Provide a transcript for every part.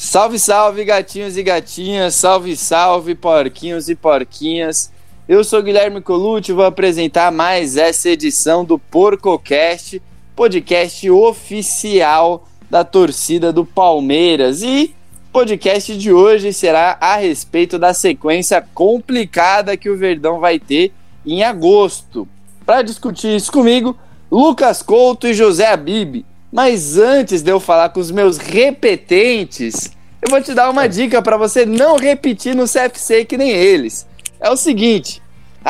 Salve, salve, gatinhos e gatinhas, salve, salve, porquinhos e porquinhas. Eu sou Guilherme Colucci e vou apresentar mais essa edição do PorcoCast, podcast oficial da torcida do Palmeiras. E o podcast de hoje será a respeito da sequência complicada que o Verdão vai ter em agosto. Para discutir isso comigo, Lucas Couto e José Abib. Mas antes de eu falar com os meus repetentes, eu vou te dar uma dica para você não repetir no CFC que nem eles. É o seguinte,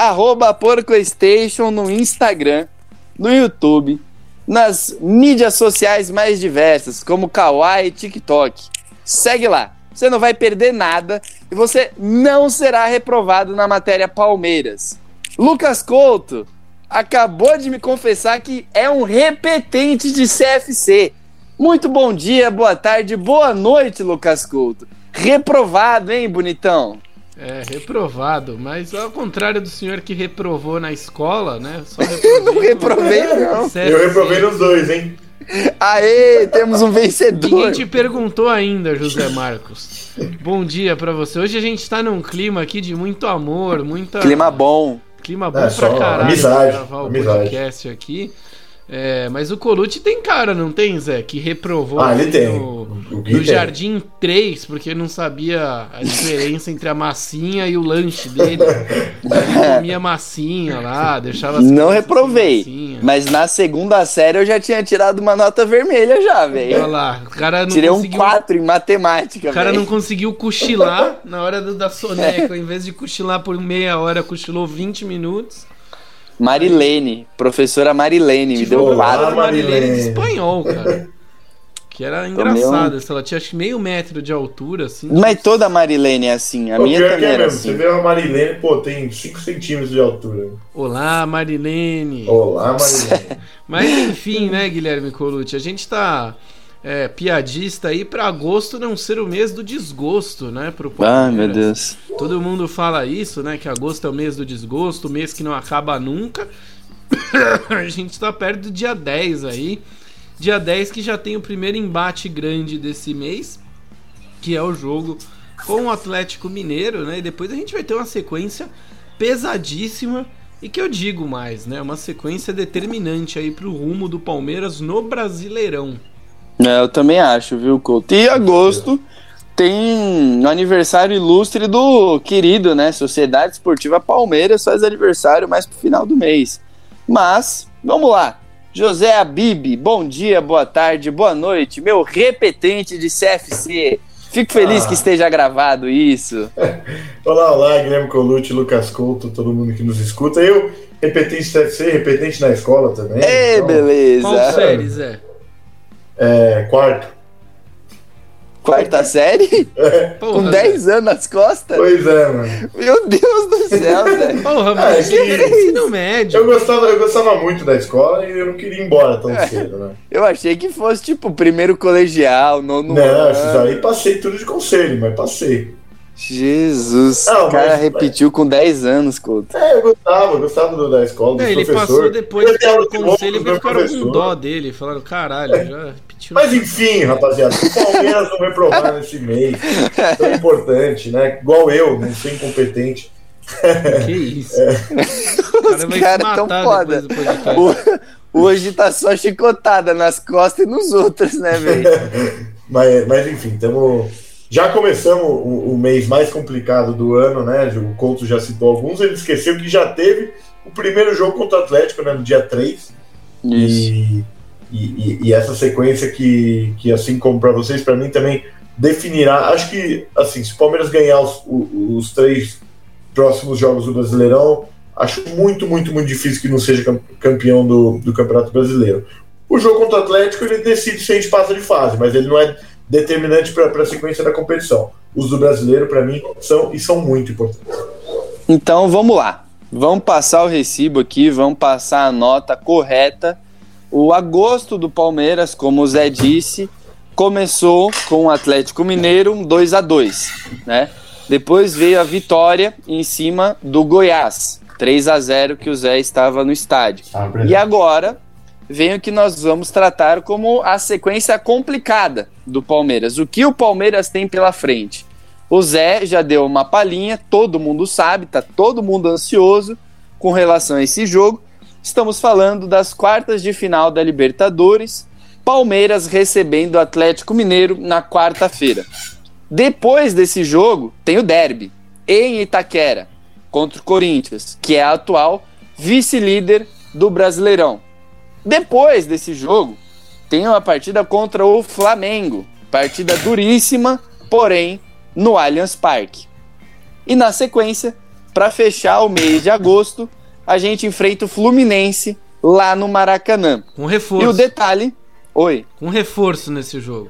@PorcoStation no Instagram, no YouTube, nas mídias sociais mais diversas, como Kawaii e TikTok. Segue lá, você não vai perder nada e você não será reprovado na matéria Palmeiras. Lucas Couto acabou de me confessar que é um repetente de CFC. Muito bom dia, boa tarde, boa noite, Lucas Couto. Reprovado, hein, bonitão? Reprovado, mas ao contrário do senhor que reprovou na escola, né? Só não reprovei, não. CFC. Eu reprovei nos dois, hein? Aê, temos um vencedor. Ninguém te perguntou ainda, José Marcos. Bom dia pra você. Hoje a gente tá num clima aqui de muito amor, muita... Clima bom. Clima bom pra caralho. Amizade, pra gravar o podcast aqui. Mas o Colucci tem cara, não tem, Zé? Que reprovou ele tem. no Jardim 3, porque não sabia a diferença entre a massinha e o lanche dele. Ele comia massinha lá, deixava... Não reprovei, mas na segunda série eu já tinha tirado uma nota vermelha já, velho. Olha lá, o cara não tirei conseguiu... um 4 em matemática, O cara véio. não conseguiu cochilar na hora da soneca. Em vez de cochilar por meia hora, cochilou 20 minutos. Marilene, professora Marilene, me deu 4. Marilene de espanhol, cara. Que era engraçado, ela tinha acho que meio metro de altura, assim. Mas toda Marilene é assim, a minha também era assim. Você vê uma Marilene, tem 5 centímetros de altura. Olá, Marilene. Olá, Marilene. Mas enfim, né, Guilherme Colucci, a gente tá piadista aí pra agosto não ser o mês do desgosto, né, pro Palmeiras. Ai, meu Deus. Todo mundo fala isso, né, que agosto é o mês do desgosto, o mês que não acaba nunca. A gente tá perto do dia 10 aí. Dia 10 que já tem o primeiro embate grande desse mês, que é o jogo com o Atlético Mineiro, né, e depois a gente vai ter uma sequência pesadíssima e que eu digo mais, né, uma sequência determinante aí pro rumo do Palmeiras no Brasileirão. Eu também acho, viu, Couto? E agosto tem um aniversário ilustre do querido, né? Sociedade Esportiva Palmeiras faz aniversário mais pro final do mês. Mas, vamos lá. José Abib, bom dia, boa tarde, boa noite. Meu repetente de CFC. Fico feliz que esteja gravado isso. Olá, Guilherme Colucci, Lucas Couto, todo mundo que nos escuta. Eu, repetente de CFC, repetente na escola também. Então, beleza. Qual série, Zé? Quarta série? Porra, com 10 anos nas costas? Pois é, mano. Meu Deus do céu, velho. Porra, mas você era ensino médio. Eu gostava muito da escola e eu não queria ir embora tão cedo, né? Eu achei que fosse, tipo, primeiro colegial, nono ano. Não, esses ano. aí passei tudo de conselho, mas passei. Jesus, o cara repetiu com 10 anos, Couto. Eu gostava da escola, do ele professor. Passou depois do conselho e ficaram com dó dele, falaram, caralho, já repetiu. Mas enfim, rapaziada, o Palmeiras não reprovar nesse mês, tão importante, né? Igual eu, não sou incompetente. Que isso? Os caras tão foda. Hoje tá só chicotada nas costas e nos outros, né, velho? mas enfim, já começamos o mês mais complicado do ano, né? O Couto já citou alguns, ele esqueceu que já teve o primeiro jogo contra o Atlético, né, no dia 3. Isso. E essa sequência que assim como para vocês, para mim também definirá. Acho que, assim, se o Palmeiras ganhar os 3 próximos jogos do Brasileirão, acho muito, muito, muito difícil que não seja campeão do Campeonato Brasileiro. O jogo contra o Atlético, ele decide se a gente passa de fase, mas ele não é determinante para a sequência da competição. Os do Brasileiro, para mim, são muito importantes. Então, vamos lá. Vamos passar o recibo aqui, vamos passar a nota correta. O agosto do Palmeiras, como o Zé disse, começou com o Atlético Mineiro 2-2, né? Depois veio a vitória em cima do Goiás, 3-0, que o Zé estava no estádio. E agora vem o que nós vamos tratar como a sequência complicada do Palmeiras. O que o Palmeiras tem pela frente? O Zé já deu uma palhinha, todo mundo sabe, tá todo mundo ansioso com relação a esse jogo. Estamos falando das quartas de final da Libertadores, Palmeiras recebendo o Atlético Mineiro na quarta-feira. Depois desse jogo, tem o derby, em Itaquera, contra o Corinthians, que é a atual vice-líder do Brasileirão. Depois desse jogo, tem uma partida contra o Flamengo, partida duríssima, porém, no Allianz Parque. E na sequência, para fechar o mês de agosto, a gente enfrenta o Fluminense lá no Maracanã. Com reforço. E o detalhe... Oi. Com reforço nesse jogo.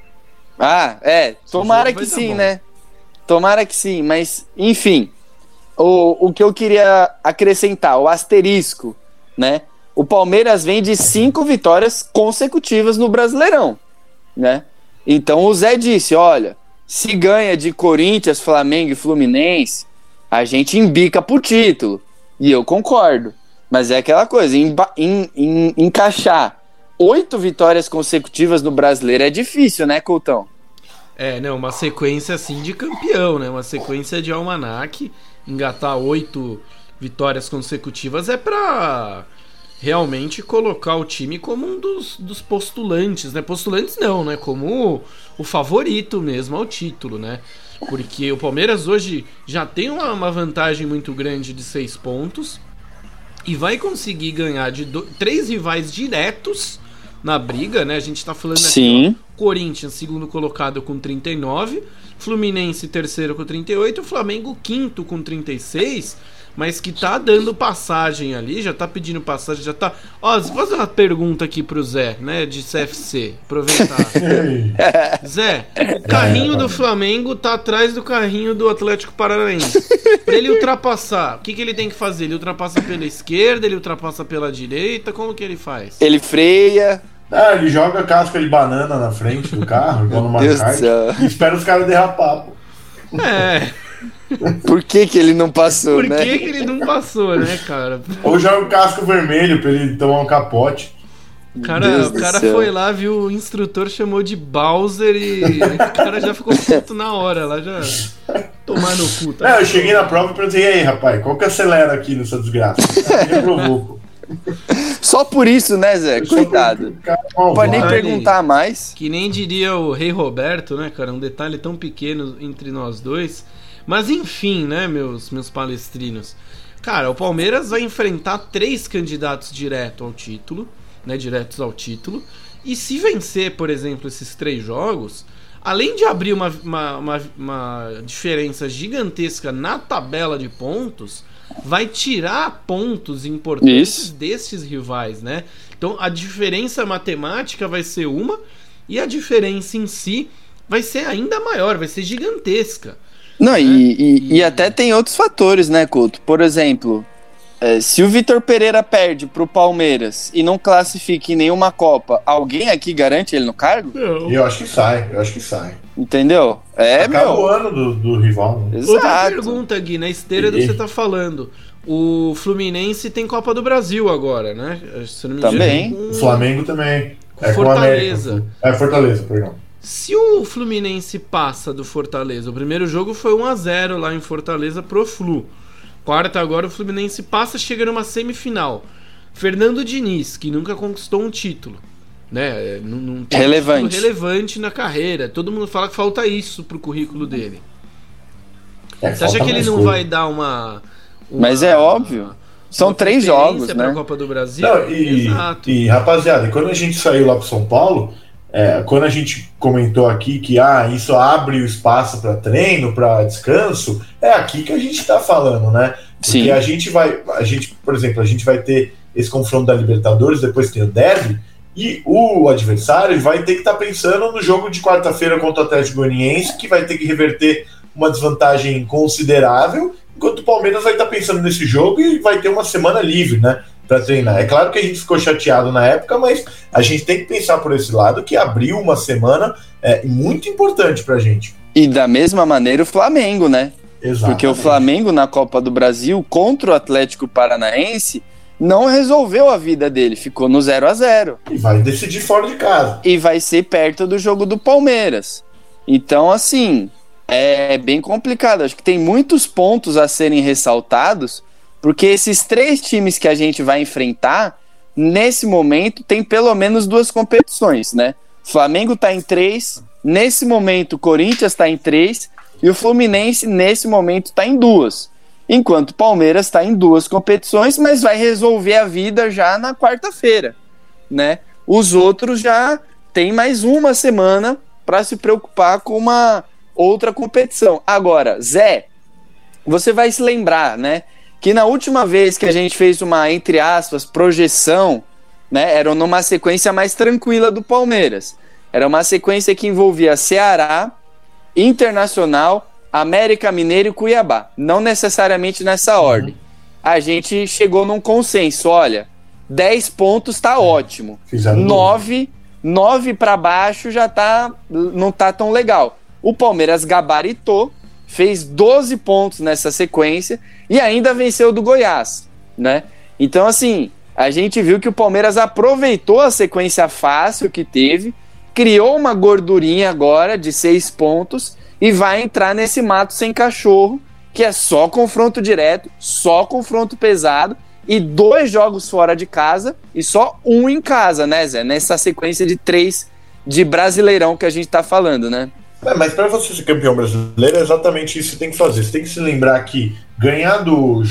Tomara que sim, né? Tomara que sim, mas enfim, o que eu queria acrescentar, o asterisco, né? O Palmeiras vem de 5 vitórias consecutivas no Brasileirão, né? Então o Zé disse, olha, se ganha de Corinthians, Flamengo e Fluminense, a gente embica pro título. E eu concordo, mas é aquela coisa, encaixar 8 vitórias consecutivas no Brasileiro é difícil, né, Coutão? Uma sequência assim de campeão, né? Uma sequência de almanaque. Engatar 8 vitórias consecutivas é pra realmente colocar o time como um dos postulantes, né? Postulantes não, né? Como o favorito mesmo ao título, né? Porque o Palmeiras hoje já tem uma vantagem muito grande de 6 pontos e vai conseguir ganhar de 3 rivais diretos na briga, né? A gente tá falando aqui, Corinthians, segundo colocado com 39, Fluminense, terceiro com 38, Flamengo, quinto com 36, mas que tá dando passagem ali, já tá pedindo passagem, já tá... Ó, vou fazer uma pergunta aqui pro Zé, né, de CFC, aproveitar. Zé, o carrinho do Flamengo tá atrás do carrinho do Atlético Paranaense. Pra ele ultrapassar, o que ele tem que fazer? Ele ultrapassa pela esquerda, ele ultrapassa pela direita, como que ele faz? Ele freia... ele joga casca de banana na frente do carro, igual no Mario Kart, e espera os caras derrapar, pô. Por que ele não passou, né? Por que ele não passou, né, cara? Ou joga o casco vermelho pra ele tomar um capote. O cara foi lá, viu o instrutor, chamou de Bowser e o cara já ficou puto na hora lá, já tomar no cu. Tá? Eu cheguei na prova e perguntei, e aí, rapaz, qual que acelera aqui nessa desgraça? Ele reprovou, pô. Só por isso, né, Zé? Coitado. Não pode nem perguntar mais. Que nem diria o Rei Roberto, né, cara? Um detalhe tão pequeno entre nós dois. Mas enfim, né, meus palestrinos. Cara, o Palmeiras vai enfrentar 3 candidatos diretos ao título. E se vencer, por exemplo, esses 3 jogos, além de abrir uma diferença gigantesca na tabela de pontos, vai tirar pontos importantes desses rivais, né? Então a diferença matemática vai ser uma e a diferença em si vai ser ainda maior, vai ser gigantesca. Não, e até tem outros fatores, né, Couto? Por exemplo, se o Vitor Pereira perde pro Palmeiras e não classifica em nenhuma Copa, alguém aqui garante ele no cargo? Não. Eu acho que sai. Entendeu? Acaba o ano do rival. Né? Exato. Outra pergunta, Gui, na esteira do que você tá falando. O Fluminense tem Copa do Brasil agora, né? Se não me também. O Flamengo também. Fortaleza. Fortaleza, perdão. Se o Fluminense passa do Fortaleza, o primeiro jogo foi 1-0 lá em Fortaleza pro Flu. Quarta agora o Fluminense passa, chega numa semifinal. Fernando Diniz, que nunca conquistou um título, né? Não tem relevante. Um título relevante na carreira. Todo mundo fala que falta isso pro currículo dele. Você acha que ele não vai dar uma mas é óbvio. São 3 jogos, né? Pra Copa do Brasil. Não, e rapaziada, quando a gente saiu lá pro São Paulo, quando a gente comentou aqui que isso abre o espaço para treino, para descanso, é aqui que a gente tá falando, né? Porque Sim. a gente, por exemplo, a gente vai ter esse confronto da Libertadores, depois tem o derby, e o adversário vai ter que estar pensando no jogo de quarta-feira contra o Atlético Goianiense, que vai ter que reverter uma desvantagem considerável, enquanto o Palmeiras vai estar pensando nesse jogo e vai ter uma semana livre, né, para treinar. É claro que a gente ficou chateado na época, mas a gente tem que pensar por esse lado que abriu uma semana muito importante pra gente. E da mesma maneira o Flamengo, né? Exatamente. Porque o Flamengo na Copa do Brasil contra o Atlético Paranaense não resolveu a vida dele, ficou no 0-0. E vai decidir fora de casa. E vai ser perto do jogo do Palmeiras. Então, assim, é bem complicado. Acho que tem muitos pontos a serem ressaltados, porque esses 3 times que a gente vai enfrentar, nesse momento, tem pelo menos 2 competições, né? O Flamengo tá em 3, nesse momento o Corinthians tá em 3, e o Fluminense, nesse momento, tá em 2. Enquanto o Palmeiras está em 2 competições, mas vai resolver a vida já na quarta-feira, né? Os outros já têm mais uma semana para se preocupar com uma outra competição. Agora, Zé, você vai se lembrar, né, que na última vez que a gente fez uma, entre aspas, projeção, né, era numa sequência mais tranquila do Palmeiras. Era uma sequência que envolvia Ceará, Internacional, América Mineiro e Cuiabá, não necessariamente nessa ordem. A gente chegou num consenso, olha, 10 pontos tá ótimo, 9 para baixo já não tá tão legal. O Palmeiras gabaritou, fez 12 pontos nessa sequência e ainda venceu do Goiás, né? Então, assim, a gente viu que o Palmeiras aproveitou a sequência fácil que teve, criou uma gordurinha agora de 6 pontos e vai entrar nesse mato sem cachorro, que é só confronto direto, só confronto pesado, e 2 jogos fora de casa, e só 1 em casa, né, Zé? Nessa sequência de 3 de Brasileirão que a gente tá falando, né? Mas para você ser campeão brasileiro, é exatamente isso que você tem que fazer. Você tem que se lembrar que ganhar do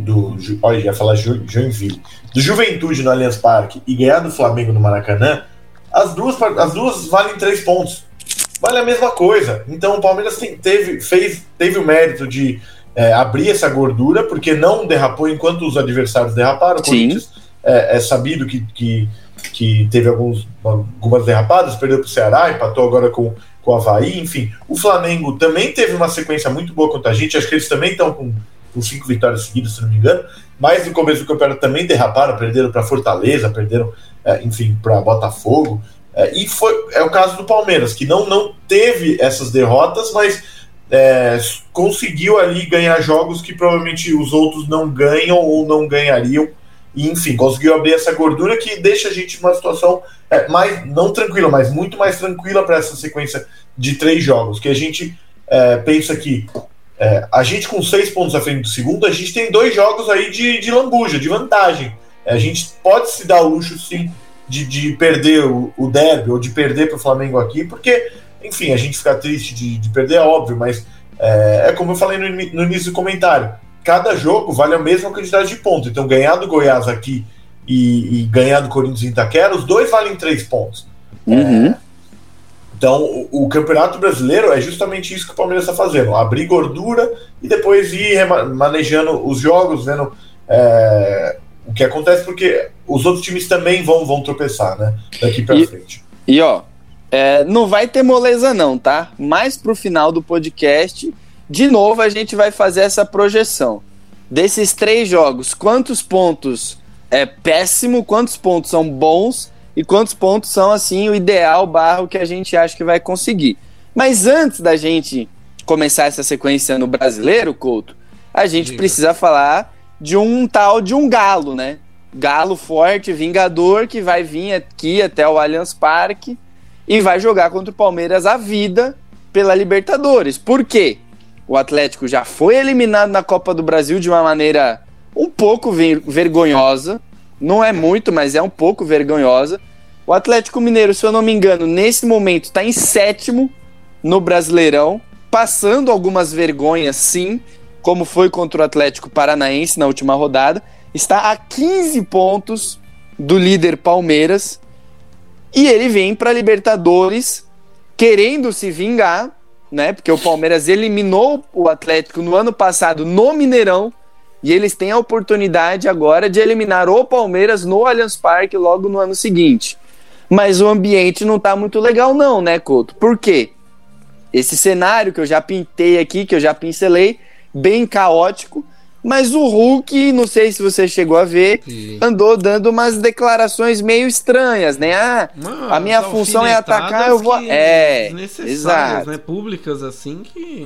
Joinville, do Juventude no Allianz Parque e ganhar do Flamengo no Maracanã, as duas valem 3 pontos. Vale a mesma coisa. Então o Palmeiras teve o mérito de abrir essa gordura, porque não derrapou enquanto os adversários derraparam. O Corinthians é sabido que teve algumas derrapadas, perdeu para o Ceará, empatou agora com o Avaí, enfim. O Flamengo também teve uma sequência muito boa contra a gente, acho que eles também estão com 5 vitórias seguidas, se não me engano, mas no começo do campeonato também derraparam, perderam para Fortaleza, perderam, enfim, para Botafogo. E é o caso do Palmeiras, que não teve essas derrotas, mas conseguiu ali ganhar jogos que provavelmente os outros não ganham ou não ganhariam, e enfim, conseguiu abrir essa gordura que deixa a gente numa situação mais, não tranquila, mas muito mais tranquila para essa sequência de 3 jogos, que a gente pensa que a gente com 6 pontos à frente do segundo, a gente tem 2 jogos aí de lambuja, de vantagem. A gente pode se dar o luxo, sim, de perder o derby ou de perder para o Flamengo aqui, porque, enfim, a gente fica triste de perder, é óbvio, mas como eu falei no início do comentário, cada jogo vale a mesma quantidade de pontos. Então, ganhar do Goiás aqui e ganhar do Corinthians em Itaquera, os 2 valem 3 pontos. Então, o Campeonato Brasileiro é justamente isso que o Palmeiras está fazendo, abrir gordura e depois ir manejando os jogos, vendo o que acontece, porque os outros times também vão tropeçar, né? Daqui pra frente. E ó, não vai ter moleza não, tá? Mais pro final do podcast, de novo a gente vai fazer essa projeção. Desses 3 jogos, quantos pontos é péssimo, quantos pontos são bons e quantos pontos são, assim, o ideal / o que a gente acha que vai conseguir. Mas antes da gente começar essa sequência no Brasileiro, Couto, a gente precisa falar de um tal de um galo, né? Galo forte, vingador, que vai vir aqui até o Allianz Parque e vai jogar contra o Palmeiras a vida pela Libertadores. Por quê? O Atlético já foi eliminado na Copa do Brasil de uma maneira um pouco vergonhosa. Não é muito, mas é um pouco vergonhosa. O Atlético Mineiro, se eu não me engano, nesse momento está em 7º no Brasileirão, passando algumas vergonhas, sim, como foi contra o Atlético Paranaense na última rodada. Está a 15 pontos do líder Palmeiras e ele vem para a Libertadores querendo se vingar, né? Porque o Palmeiras eliminou o Atlético no ano passado no Mineirão e eles têm a oportunidade agora de eliminar o Palmeiras no Allianz Parque logo no ano seguinte. Mas o ambiente não está muito legal não, né, Couto? Por quê? Esse cenário que eu já pintei aqui, que eu já pincelei, bem caótico, mas o Hulk, não sei se você chegou a ver, andou dando umas declarações meio estranhas, né? A minha função é atacar, eu vou... Desnecessárias, exato, né? Públicas assim que...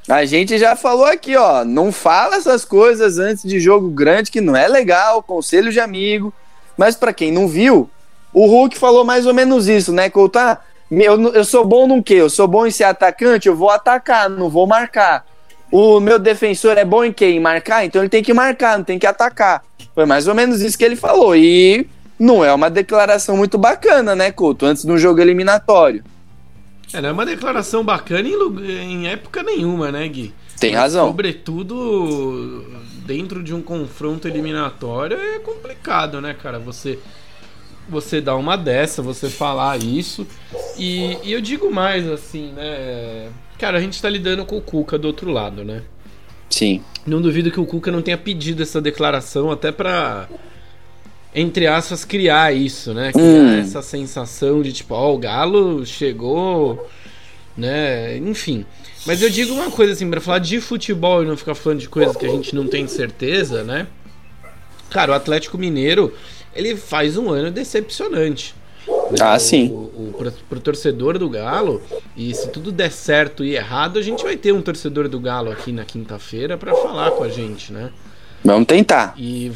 A gente já falou aqui, ó, não fala essas coisas antes de jogo grande, que não é legal, conselho de amigo. Mas pra quem não viu, o Hulk falou mais ou menos isso, né, Couto? Eu sou bom no quê? Eu sou bom em ser atacante, eu vou atacar, não vou marcar. O meu defensor é bom em quê? Em marcar? Então ele tem que marcar, não tem que atacar. Foi mais ou menos isso que ele falou. E não é uma declaração muito bacana, né, Couto? Antes de um jogo eliminatório. Não é uma declaração bacana em época nenhuma, né, Gui? Tem razão. Sobretudo dentro de um confronto eliminatório é complicado, né, cara? Você dar uma dessa, você falar isso. E eu digo mais, assim, né? Cara, a gente tá lidando com o Cuca do outro lado, né? Sim. Não duvido que o Cuca não tenha pedido essa declaração até pra, entre aspas, criar isso, né? Criar essa sensação de tipo, ó, o Galo chegou, né? Enfim. Mas eu digo uma coisa assim, pra falar de futebol e não ficar falando de coisas que a gente não tem certeza, né? Cara, o Atlético Mineiro, ele faz um ano decepcionante. Sim. Pro torcedor do Galo, e se tudo der certo e errado, a gente vai ter um torcedor do Galo aqui na quinta-feira pra falar com a gente, né? Vamos tentar. E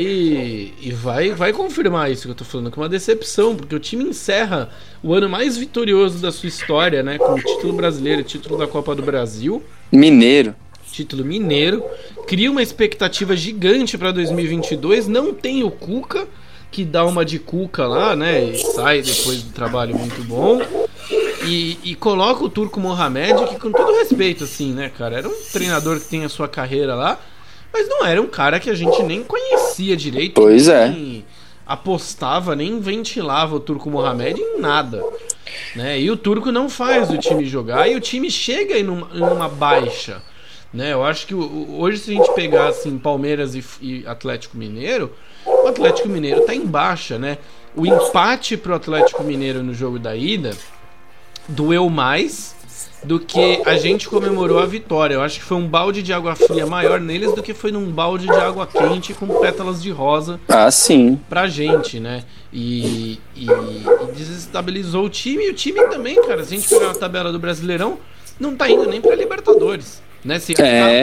vai confirmar isso que eu tô falando, que é uma decepção, porque o time encerra o ano mais vitorioso da sua história, né? Com o título brasileiro, título da Copa do Brasil. Título mineiro. Cria uma expectativa gigante pra 2022. Não tem o Cuca, que dá uma de Cuca lá, né? E sai depois do trabalho muito bom. E coloca o Turco Mohamed, que com todo respeito, assim, né, cara? Era um treinador que tem a sua carreira lá, mas não era um cara que a gente nem conhecia direito. Pois nem apostava, nem ventilava o Turco Mohamed em nada, né? E o Turco não faz o time jogar, e o time chega em numa baixa, né? Eu acho que hoje, se a gente pegar assim, Palmeiras e Atlético Mineiro, o Atlético Mineiro tá em baixa, né? O empate pro Atlético Mineiro no jogo da ida doeu mais do que a gente comemorou a vitória. Eu acho que foi um balde de água fria maior neles do que foi num balde de água quente com pétalas de rosa pra gente, né? E desestabilizou o time. E o time também, cara, se a gente pegar a tabela do Brasileirão, não tá indo nem pra Libertadores, né? Se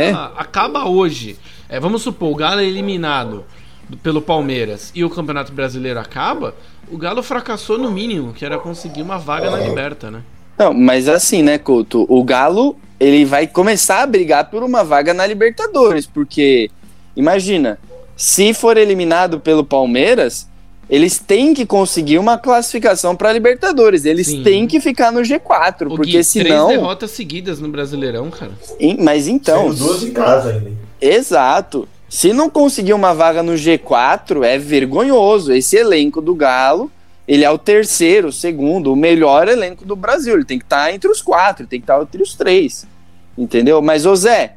acaba hoje, vamos supor, o Galo é eliminado pelo Palmeiras e o Campeonato Brasileiro acaba, o Galo fracassou no mínimo, que era conseguir uma vaga na Liberta, né? Não, mas assim, né, Couto? O Galo, ele vai começar a brigar por uma vaga na Libertadores, porque, imagina, se for eliminado pelo Palmeiras, eles têm que conseguir uma classificação para Libertadores, eles têm que ficar no G4, porque senão... 3 derrotas seguidas no Brasileirão, cara. Mas então... São 2 em casa ainda. Exato. Se não conseguir uma vaga no G4, é vergonhoso. Esse elenco do Galo, ele é o terceiro, o segundo, o melhor elenco do Brasil. Ele tem que estar entre os 4, ele tem que estar entre os 3. Entendeu? Mas, ô Zé,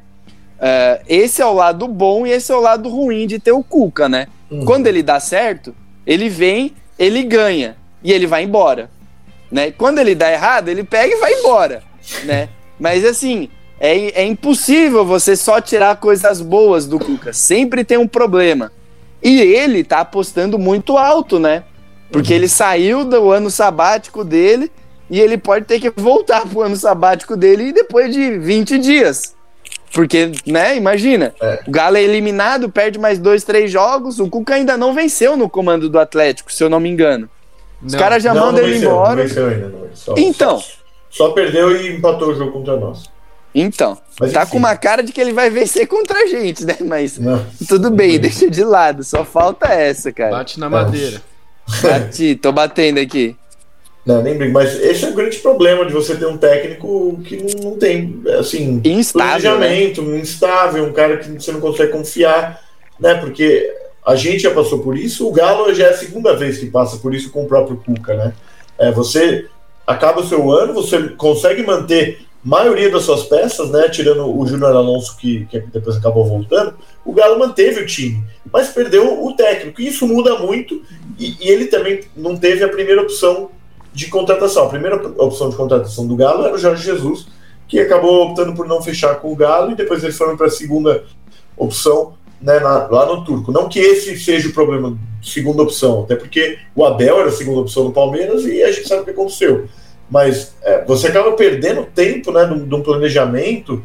esse é o lado bom e esse é o lado ruim de ter o Cuca, né? Quando ele dá certo, ele vem, ele ganha e ele vai embora, né? Quando ele dá errado, ele pega e vai embora, né? Mas, assim... É impossível você só tirar coisas boas do Cuca. Sempre tem um problema. E ele tá apostando muito alto, né? Porque ele saiu do ano sabático dele e ele pode ter que voltar pro ano sabático dele depois de 20 dias. Porque, né, imagina, o Galo é eliminado, perde mais 2, 3 jogos, o Cuca ainda não venceu no comando do Atlético, se eu não me engano. Os caras já mandam ele embora. Não venceu ainda, não. Então. Só perdeu e empatou o jogo contra nós. Então, mas tá enfim, com uma cara de que ele vai vencer contra a gente, né? Mas tudo bem, deixa de lado, só falta essa, cara. Bate na madeira. Tô batendo aqui. Não, nem brigo, mas esse é o grande problema de você ter um técnico que não tem, assim, planejamento, né? Instável, um cara que você não consegue confiar, né? Porque a gente já passou por isso, o Galo já é a segunda vez que passa por isso com o próprio Cuca, né? Você acaba o seu ano, você consegue manter maioria das suas peças, né, tirando o Júnior Alonso, que depois acabou voltando, o Galo manteve o time, mas perdeu o técnico, e isso muda muito, e ele também não teve a primeira opção de contratação. A primeira opção de contratação do Galo era o Jorge Jesus, que acabou optando por não fechar com o Galo, e depois eles foram para a segunda opção, né, lá no Turco. Não que esse seja o problema, segunda opção, até porque o Abel era a segunda opção do Palmeiras, e a gente sabe o que aconteceu. Mas você acaba perdendo tempo, né, de um planejamento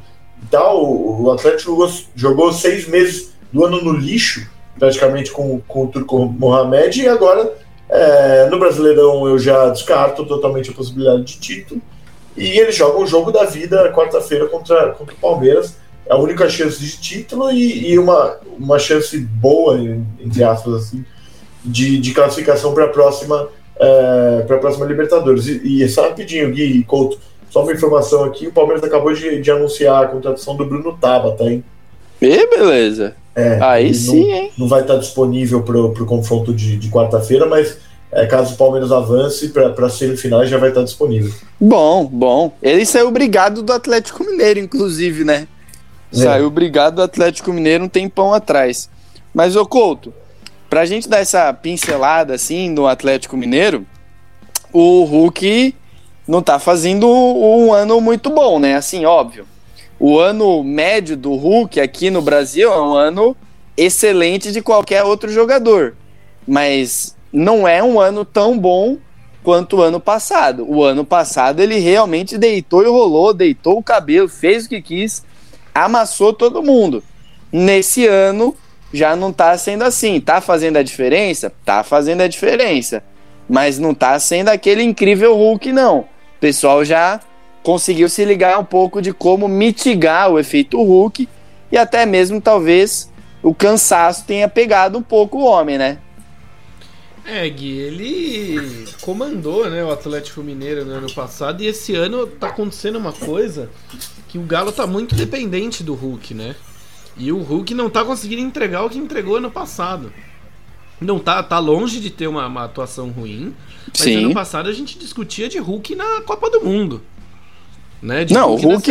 tal, o Atlético jogou 6 meses do ano no lixo, praticamente com o Turco Mohamed, e agora no Brasileirão eu já descarto totalmente a possibilidade de título, e eles jogam o jogo da vida quarta-feira contra o Palmeiras, é a única chance de título e uma chance boa, entre aspas, assim, de classificação para a próxima Libertadores. E só rapidinho, Gui e Couto, só uma informação aqui, o Palmeiras acabou de anunciar a contratação do Bruno Tabata, hein? E beleza. Aí sim, hein? Não vai estar disponível para o confronto de quarta-feira, mas caso o Palmeiras avance para semifinais, já vai estar disponível. Bom. Ele saiu brigado do Atlético Mineiro, inclusive, né? Saiu brigado do Atlético Mineiro um tempão atrás. Mas, ô Couto, pra gente dar essa pincelada, assim, no Atlético Mineiro, o Hulk não tá fazendo um ano muito bom, né? Assim, óbvio. O ano médio do Hulk aqui no Brasil é um ano excelente de qualquer outro jogador. Mas não é um ano tão bom quanto o ano passado. O ano passado ele realmente deitou e rolou, deitou o cabelo, fez o que quis, amassou todo mundo. Nesse ano já não tá sendo assim. Tá fazendo a diferença? Tá fazendo a diferença. Mas não tá sendo aquele incrível Hulk, não. O pessoal já conseguiu se ligar um pouco de como mitigar o efeito Hulk e até mesmo talvez o cansaço tenha pegado um pouco o homem, né? Gui, ele comandou, né, o Atlético Mineiro no ano passado e esse ano tá acontecendo uma coisa que o Galo tá muito dependente do Hulk, né? E o Hulk não tá conseguindo entregar o que entregou ano passado. Não tá longe de ter uma atuação ruim, mas Sim. Ano passado a gente discutia de Hulk na Copa do Mundo. Né? Não, o Hulk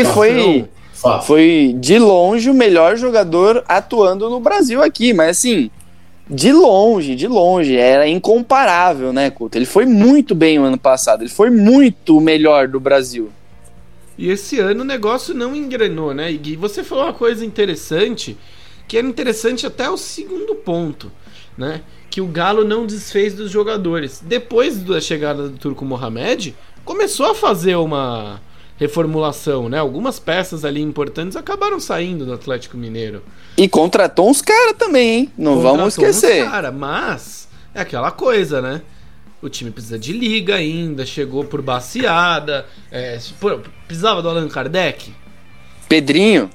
foi de longe o melhor jogador atuando no Brasil aqui, mas assim, de longe, era incomparável, né, Couto? Ele foi muito bem o ano passado, ele foi muito o melhor do Brasil. E esse ano o negócio não engrenou, né? E Gui, você falou uma coisa interessante, que era interessante até o segundo ponto, né? Que o Galo não desfez dos jogadores. Depois da chegada do Turco Mohamed, começou a fazer uma reformulação, né? Algumas peças ali importantes acabaram saindo do Atlético Mineiro. E contratou uns caras também, hein? Não vamos esquecer. Mas é aquela coisa, né? O time precisa de liga ainda, chegou por baciada. Precisava do Allan Kardec? Pedrinho,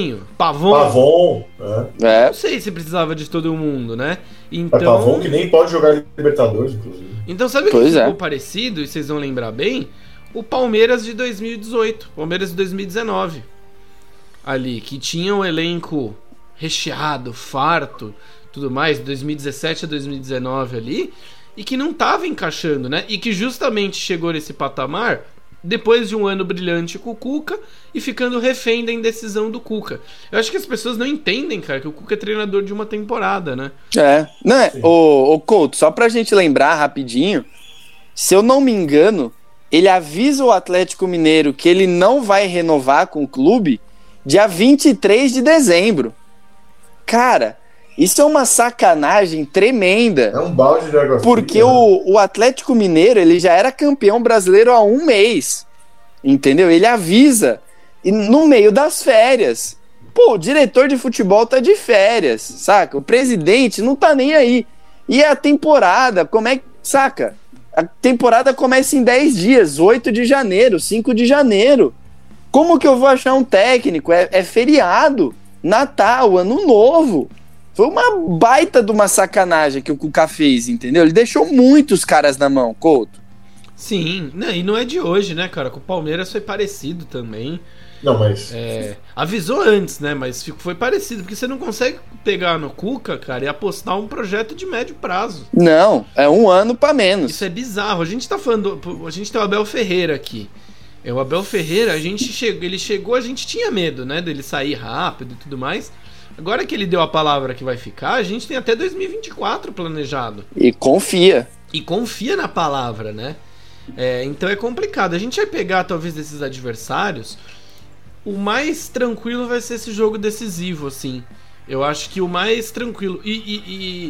Pavon. Não sei se precisava de todo mundo, né? Então, Pavon que nem pode jogar Libertadores, inclusive. Então sabe o que ficou parecido, e vocês vão lembrar bem? O Palmeiras de 2018, Palmeiras de 2019. Ali, que tinha um elenco recheado, farto, tudo mais, de 2017 a 2019 ali, e que não tava encaixando, né? E que justamente chegou nesse patamar depois de um ano brilhante com o Cuca e ficando refém da indecisão do Cuca. Eu acho que as pessoas não entendem, cara, que o Cuca é treinador de uma temporada, né? O Couto, só pra gente lembrar rapidinho, se eu não me engano, ele avisa o Atlético Mineiro que ele não vai renovar com o clube dia 23 de dezembro. Cara, isso é uma sacanagem tremenda. É um balde de água fria. Porque o Atlético Mineiro, ele já era campeão brasileiro há um mês. Entendeu? Ele avisa. E no meio das férias. Pô, o diretor de futebol tá de férias, saca? O presidente não tá nem aí. E a temporada, saca? A temporada começa em 10 dias, 8 de janeiro, 5 de janeiro. Como que eu vou achar um técnico? É feriado, Natal, Ano Novo. Foi uma baita de uma sacanagem que o Cuca fez, entendeu? Ele deixou muitos caras na mão, Couto. Sim, e não é de hoje, né, cara? Com o Palmeiras foi parecido também. Não, mas... avisou antes, né? Mas foi parecido, porque você não consegue pegar no Cuca, cara, e apostar um projeto de médio prazo. Não, é um ano pra menos. Isso é bizarro. A gente tá falando... A gente tem o Abel Ferreira aqui. O Abel Ferreira, ele chegou, a gente tinha medo, né? Dele sair rápido e tudo mais. Agora que ele deu a palavra que vai ficar, a gente tem até 2024 planejado. E confia na palavra, né? Então é complicado. A gente vai pegar, talvez, desses adversários. O mais tranquilo vai ser esse jogo decisivo, assim. Eu acho que o mais tranquilo. E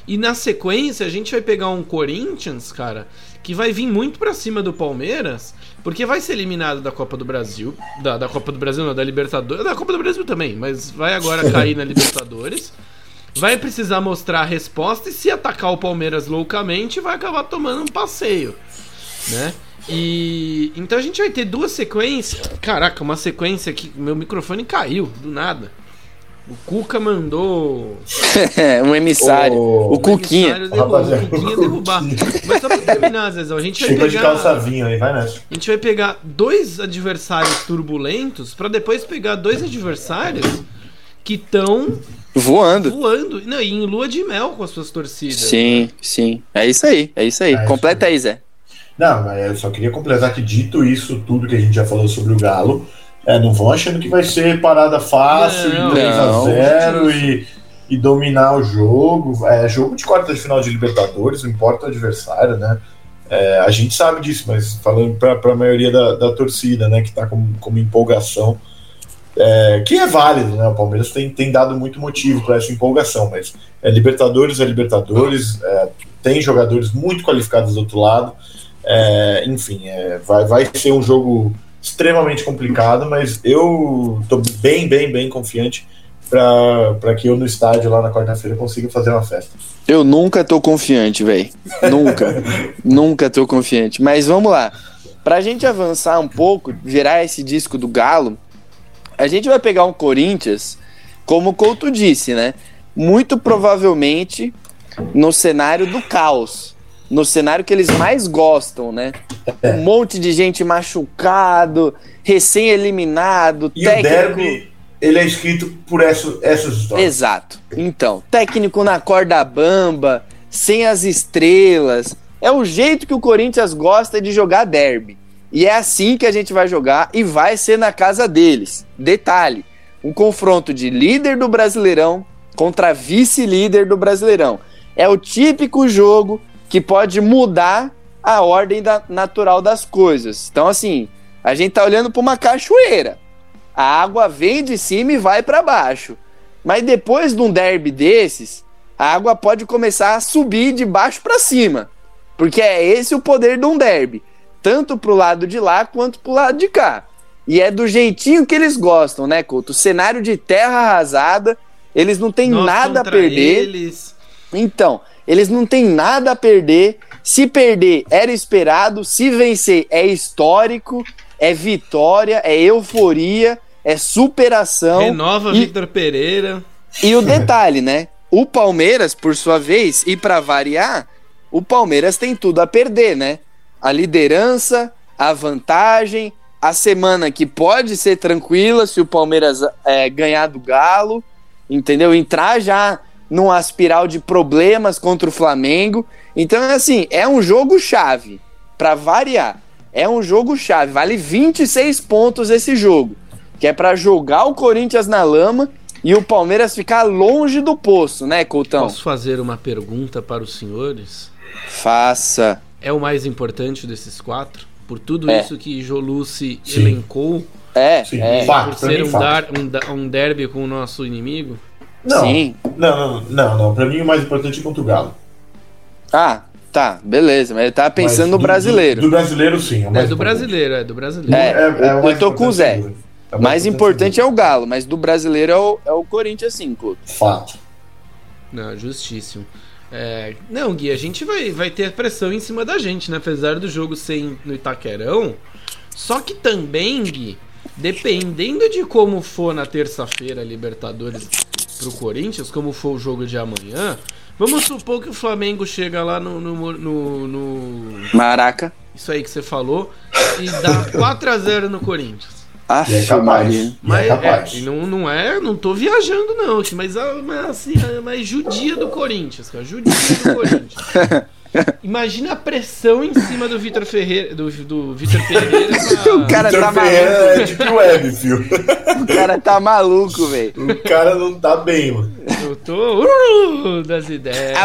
E na sequência a gente vai pegar um Corinthians, cara, que vai vir muito pra cima do Palmeiras, porque vai ser eliminado da Copa do Brasil, da Copa do Brasil não, da Libertadores, da Copa do Brasil também, mas vai agora cair na Libertadores, vai precisar mostrar a resposta e se atacar o Palmeiras loucamente vai acabar tomando um passeio, né? E então a gente vai ter duas sequências. Caraca, uma sequência que meu microfone caiu do nada. O Cuca mandou um emissário, o Cuquinha. O Cuquinha derrubar. Mas só pra terminar, Zezão, a gente vai pegar. De calçavinho aí, vai nessa. A gente vai pegar 2 adversários turbulentos pra depois pegar 2 adversários que estão voando. Não, e em lua de mel com as suas torcidas. Sim, né? Sim. É isso aí. Completa aí, Zé. Não, mas eu só queria completar que, dito isso tudo que a gente já falou sobre o Galo, não vão achando que vai ser parada fácil, 3-0 e dominar o jogo. É jogo de quarta de final de Libertadores, não importa o adversário, né? A gente sabe disso, mas falando para a maioria da torcida, né, que está como empolgação, que é válido, né? O Palmeiras tem dado muito motivo para essa empolgação, mas Libertadores, tem jogadores muito qualificados do outro lado, enfim, vai ser um jogo extremamente complicado, mas eu tô bem confiante para que eu no estádio lá na quarta-feira consiga fazer uma festa. Eu nunca tô confiante, velho. Nunca tô confiante. Mas vamos lá. Pra gente avançar um pouco, gerar esse disco do Galo, a gente vai pegar um Corinthians, como o Couto disse, né? Muito provavelmente no cenário do caos. No cenário que eles mais gostam, né? Um monte de gente machucado, recém-eliminado, e técnico... o derby, ele é escrito por essas histórias. Exato. Então, técnico na corda bamba, sem as estrelas. É o jeito que o Corinthians gosta de jogar derby. E é assim que a gente vai jogar e vai ser na casa deles. Detalhe, um confronto de líder do Brasileirão contra vice-líder do Brasileirão. É o típico jogo que pode mudar a ordem natural das coisas. Então, assim, a gente tá olhando para uma cachoeira. A água vem de cima e vai para baixo. Mas depois de um derby desses, a água pode começar a subir de baixo para cima. Porque é esse o poder de um derby. Tanto pro lado de lá quanto pro lado de cá. E é do jeitinho que eles gostam, né, Couto? O cenário de terra arrasada, eles não têm nada a perder. Então, eles não têm nada a perder. Se perder, era esperado. Se vencer, é histórico. É vitória, é euforia, é superação. Renova Victor Pereira. E o detalhe, né? O Palmeiras, por sua vez, e pra variar, o Palmeiras tem tudo a perder, né? A liderança, a vantagem, a semana que pode ser tranquila se o Palmeiras ganhar do Galo, entendeu? Entrar já numa espiral de problemas contra o Flamengo. Então, assim, é um jogo chave, pra variar. É um jogo chave, vale 26 pontos esse jogo, que é pra jogar o Corinthians na lama e o Palmeiras ficar longe do poço, né, Coutão? Posso fazer uma pergunta para os senhores? Faça. É o mais importante desses 4? Por tudo isso que Jolucci elencou? Fato, por ser um derby com o nosso inimigo? Não, Sim. Não. Pra mim o mais importante é contra o Galo. Ah, tá, beleza, mas ele tava pensando no brasileiro. Do brasileiro, sim. Do brasileiro. Eu tô com o Zé. O mais importante é o Galo, mas do brasileiro é o Corinthians, sim, Couto. Fato. Não, justíssimo. Não, Gui, a gente vai ter pressão em cima da gente, né? Apesar do jogo ser no Itaquerão. Só que também, Gui, dependendo de como for na terça-feira a Libertadores pro Corinthians, como for o jogo de amanhã, vamos supor que o Flamengo chega lá no Maraca. Isso aí que você falou, e dá 4-0 no Corinthians. É capaz. Mas não tô viajando não, mas assim, mas judia do Corinthians, cara, judia do Corinthians. Imagina a pressão em cima do Vitor Ferreira, do Vitor Pereira. O cara Vitor tá Ferreira maluco. é Deep Web, filho. O cara tá maluco, velho. O cara não tá bem, mano. Eu tô das ideias.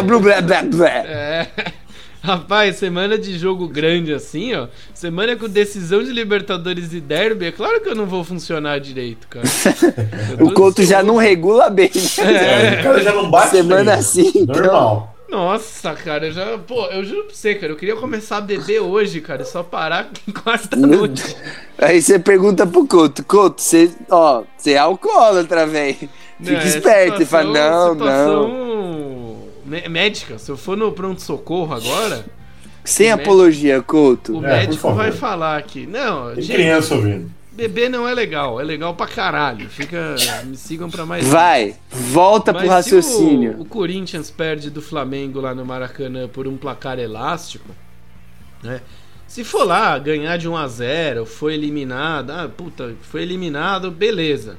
Rapaz, semana de jogo grande assim, ó. Semana com decisão de Libertadores e derby, é claro que eu não vou funcionar direito, cara. O Couto já não regula bem. O cara já não bate semana bem. assim, Normal. Nossa, cara, eu juro pra você, cara, eu queria começar a beber hoje, cara, só parar quarta noite. Aí você pergunta pro Couto, você é alcoólatra, velho. Fica esperto e fala, não. Médica, se eu for no pronto-socorro agora... Sem apologia, Couto. O médico vai falar aqui. Não, tem criança ouvindo. Beber não é legal pra caralho. Me sigam pra mais. Volta pro raciocínio. O Corinthians perde do Flamengo lá no Maracanã por um placar elástico, né? Se for lá ganhar de 1-0, foi eliminado, foi eliminado, beleza.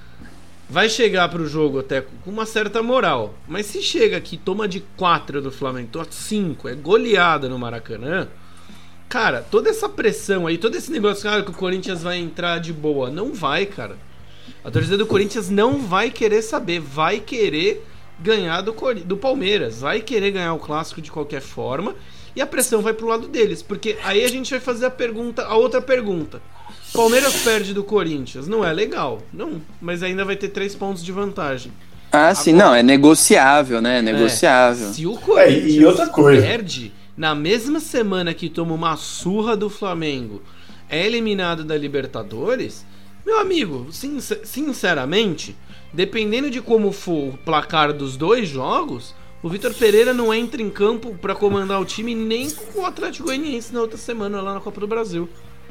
Vai chegar pro jogo até com uma certa moral. Mas se chega aqui, toma de 4 do Flamengo, toma 5, é goleada no Maracanã. Cara, toda essa pressão aí, todo esse negócio que o Corinthians vai entrar de boa, não vai, cara. A torcida do Corinthians não vai querer saber, vai querer ganhar do Palmeiras, vai querer ganhar o clássico de qualquer forma, e a pressão vai pro lado deles, porque aí a gente vai fazer a outra pergunta. Palmeiras perde do Corinthians, não é legal, não, mas ainda vai ter 3 pontos de vantagem. Sim, não, é negociável, né? É negociável. Se o Corinthians e outra coisa, perde, na mesma semana que toma uma surra do Flamengo, é eliminado da Libertadores, meu amigo, sinceramente, dependendo de como for o placar dos 2 jogos, o Vitor Pereira não entra em campo pra comandar o time nem com o Atlético Goianiense na outra semana lá na Copa do Brasil.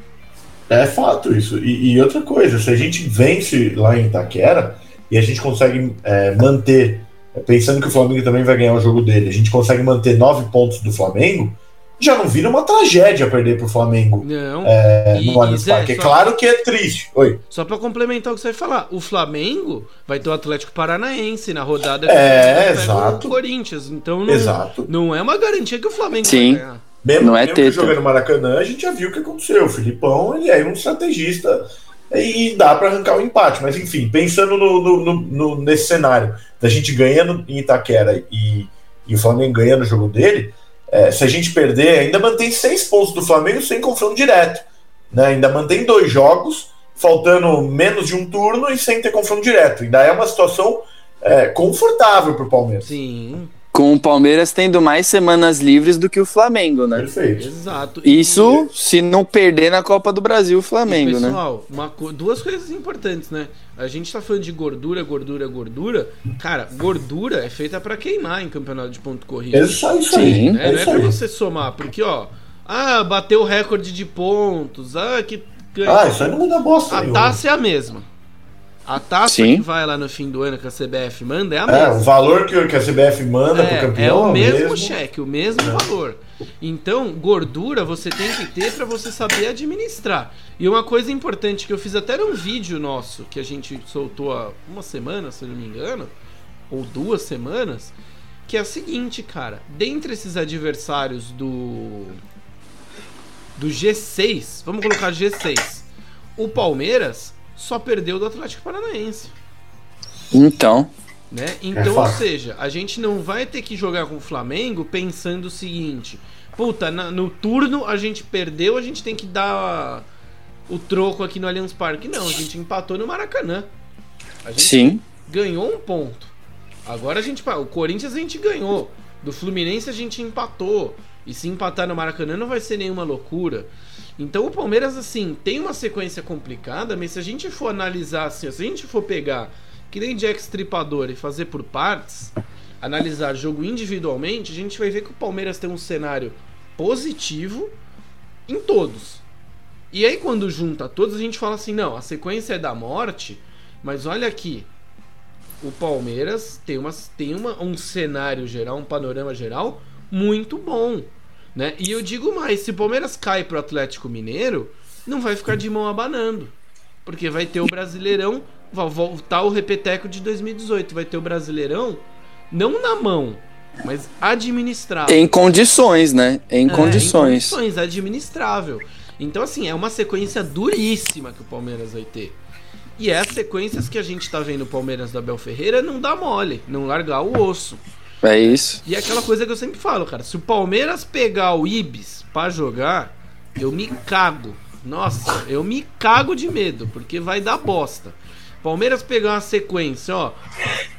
É fato isso. E outra coisa, se a gente vence lá em Itaquera e a gente consegue manter, pensando que o Flamengo também vai ganhar o jogo dele, a gente consegue manter 9 pontos do Flamengo, já não vira uma tragédia perder pro Flamengo no Allianz Parque. É claro que é triste. Oi. Só pra complementar o que você vai falar, o Flamengo vai ter o Atlético Paranaense na rodada exato. do Corinthians. Então exato. Não é uma garantia que o Flamengo vai ganhar. Mesmo que jogando no Maracanã, a gente já viu o que aconteceu. O Filipão, ele é um estrategista e dá para arrancar o empate. Mas enfim, pensando nesse cenário da gente ganhando em Itaquera e o Flamengo ganhando o jogo dele, se a gente perder, ainda mantém 6 pontos do Flamengo sem confronto direto, né? Ainda mantém 2 jogos, faltando menos de um turno e sem ter confronto direto. Ainda é uma situação confortável para o Palmeiras. Sim. Com o Palmeiras tendo mais semanas livres do que o Flamengo, né? Perfeito. Exato. Isso se não perder na Copa do Brasil o Flamengo, pessoal, né? Duas coisas importantes, né? A gente tá falando de gordura. Cara, gordura é feita pra queimar em campeonato de ponto corrido. Isso aí. Sim. Né? Não é pra você somar, porque, bateu o recorde de pontos, isso aí não muda bosta. A taça é a mesma. A taça que vai lá no fim do ano que a CBF manda é a mesma. O valor que a CBF manda pro campeão é o mesmo cheque, o mesmo valor. Então, gordura você tem que ter pra você saber administrar. E uma coisa importante que eu fiz até num vídeo nosso, que a gente soltou há 1 semana, se eu não me engano, ou 2 semanas, que é a seguinte, cara. Dentre esses adversários do G6, vamos colocar G6, o Palmeiras só perdeu do Atlético Paranaense. Então, ou seja, a gente não vai ter que jogar com o Flamengo pensando o seguinte: no turno a gente perdeu, a gente tem que dar o troco aqui no Allianz Parque. Não, a gente empatou no Maracanã. A gente ganhou 1 ponto. Agora o Corinthians a gente ganhou, do Fluminense a gente empatou. E se empatar no Maracanã não vai ser nenhuma loucura. Então o Palmeiras, assim, tem uma sequência complicada, mas se a gente for analisar assim, se a gente for pegar que nem Jack Stripador e fazer por partes, analisar jogo individualmente, a gente vai ver que o Palmeiras tem um cenário positivo em todos. E aí quando junta todos, a gente fala assim, não, a sequência é da morte, mas olha aqui, o Palmeiras tem um cenário geral, um panorama geral muito bom. Né? E eu digo mais, se o Palmeiras cai pro Atlético Mineiro, não vai ficar de mão abanando, porque vai ter o Brasileirão, vai voltar o repeteco de 2018, vai ter o Brasileirão não na mão, mas administrável. Em condições, né? Em condições, administrável. Então assim, é uma sequência duríssima que o Palmeiras vai ter. E é as sequências que a gente tá vendo o Palmeiras do Abel Ferreira não dá mole, não largar o osso. É isso. E é aquela coisa que eu sempre falo, cara. Se o Palmeiras pegar o Ibis pra jogar, eu me cago. Nossa, eu me cago de medo, porque vai dar bosta. Palmeiras pegar uma sequência,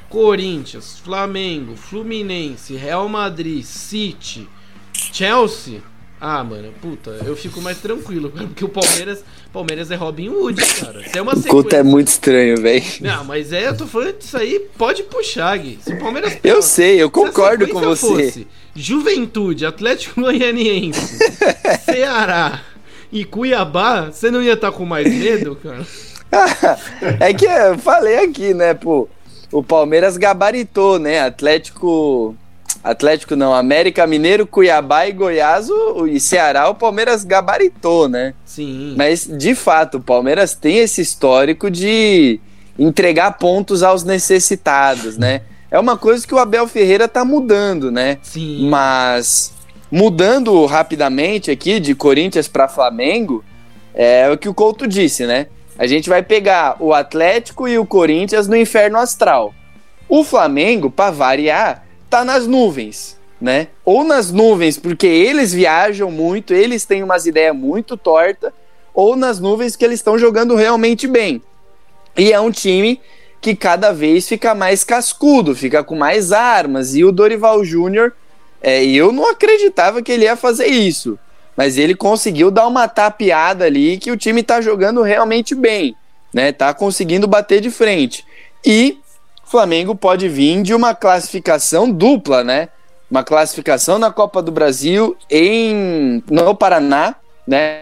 Corinthians, Flamengo, Fluminense, Real Madrid, City, Chelsea. Ah, mano, puta, eu fico mais tranquilo, cara, porque o Palmeiras é Robin Hood, cara. Se é uma sequência... O culto é muito estranho, velho. Não, mas eu tô falando disso aí, pode puxar, Gui. Se o Palmeiras... Eu sei, eu concordo com você. Fosse Juventude, Atlético Goianiense, Ceará e Cuiabá, você não ia estar com mais medo, cara? É que eu falei aqui, né, pô, o Palmeiras gabaritou, né, Atlético não, América Mineiro, Cuiabá e Goiás e Ceará, o Palmeiras gabaritou, né? Sim. Mas, de fato, o Palmeiras tem esse histórico de entregar pontos aos necessitados, né? É uma coisa que o Abel Ferreira tá mudando, né? Sim. Mas, mudando rapidamente aqui, de Corinthians para Flamengo, é o que o Couto disse, né? A gente vai pegar o Atlético e o Corinthians no inferno astral. O Flamengo, para variar, tá nas nuvens, né? Ou nas nuvens porque eles viajam muito, eles têm umas ideias muito tortas, ou nas nuvens que eles estão jogando realmente bem. E é um time que cada vez fica mais cascudo, fica com mais armas, e o Dorival Júnior, eu não acreditava que ele ia fazer isso, mas ele conseguiu dar uma tapeada ali que o time tá jogando realmente bem, né? Tá conseguindo bater de frente. E o Flamengo pode vir de uma classificação dupla, né? Uma classificação na Copa do Brasil no Paraná, né?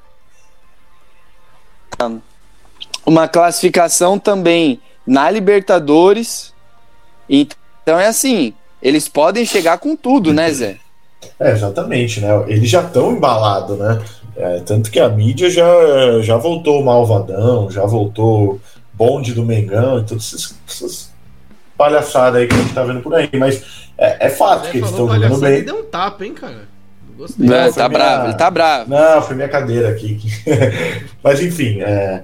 Uma classificação também na Libertadores. Então é assim, eles podem chegar com tudo, né, Zé? Exatamente, né? Eles já estão embalados, né? Tanto que a mídia já voltou malvadão, já voltou bonde do Mengão e todas essas palhaçadas aí que a gente tá vendo por aí. Mas é fato que eles estão jogando bem. Ele deu um tapa, hein, cara? Gostei. Não, ele tá bravo. Não, foi minha cadeira aqui. Mas enfim,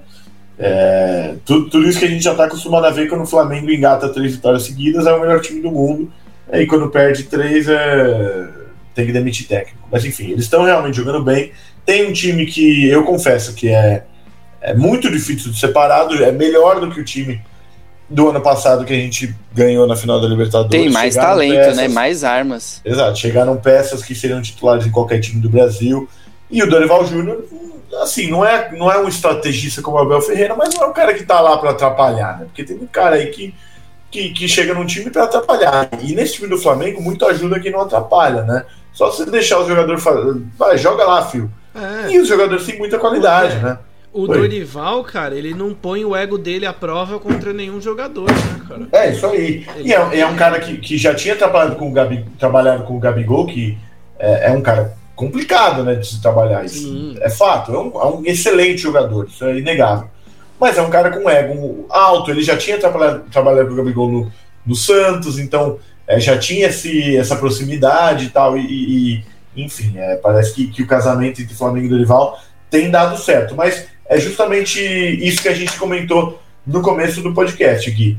tudo isso que a gente já tá acostumado a ver quando o Flamengo engata 3 vitórias seguidas, é o melhor time do mundo. E quando perde 3, tem que demitir técnico. Mas enfim, eles estão realmente jogando bem. Tem um time que eu confesso que é muito difícil de separado, é melhor do que o time do ano passado que a gente ganhou na final da Libertadores. Tem mais talento, né? Mais armas. Exato, chegaram peças que seriam titulares em qualquer time do Brasil. E o Dorival Júnior, assim, não é um estrategista como o Abel Ferreira, mas não é um cara que tá lá para atrapalhar, né? Porque tem um cara aí que chega num time para atrapalhar. E nesse time do Flamengo, muito ajuda quem não atrapalha, né? Só você deixar os jogadores joga lá, filho. E os jogadores têm muita qualidade, né? O Dorival, cara, ele não põe o ego dele à prova contra nenhum jogador, né, cara? É, isso aí. E é um cara que já tinha trabalhado com o Gabigol, que é um cara complicado, né, de se trabalhar. Isso é fato. É um excelente jogador, isso é inegável. Mas é um cara com ego alto, ele já tinha trabalhado com o Gabigol no Santos, então já tinha essa proximidade e tal, enfim, parece que o casamento entre Flamengo e Dorival tem dado certo, mas é justamente isso que a gente comentou no começo do podcast aqui.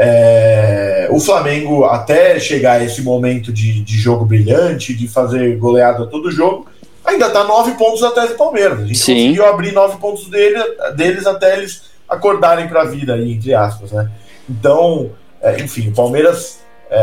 O Flamengo, até chegar a esse momento de jogo brilhante, de fazer goleada todo jogo, ainda está 9 pontos atrás do Palmeiras. A gente conseguiu abrir 9 pontos deles até eles acordarem para a vida, aí, entre aspas, né? Então, enfim, o Palmeiras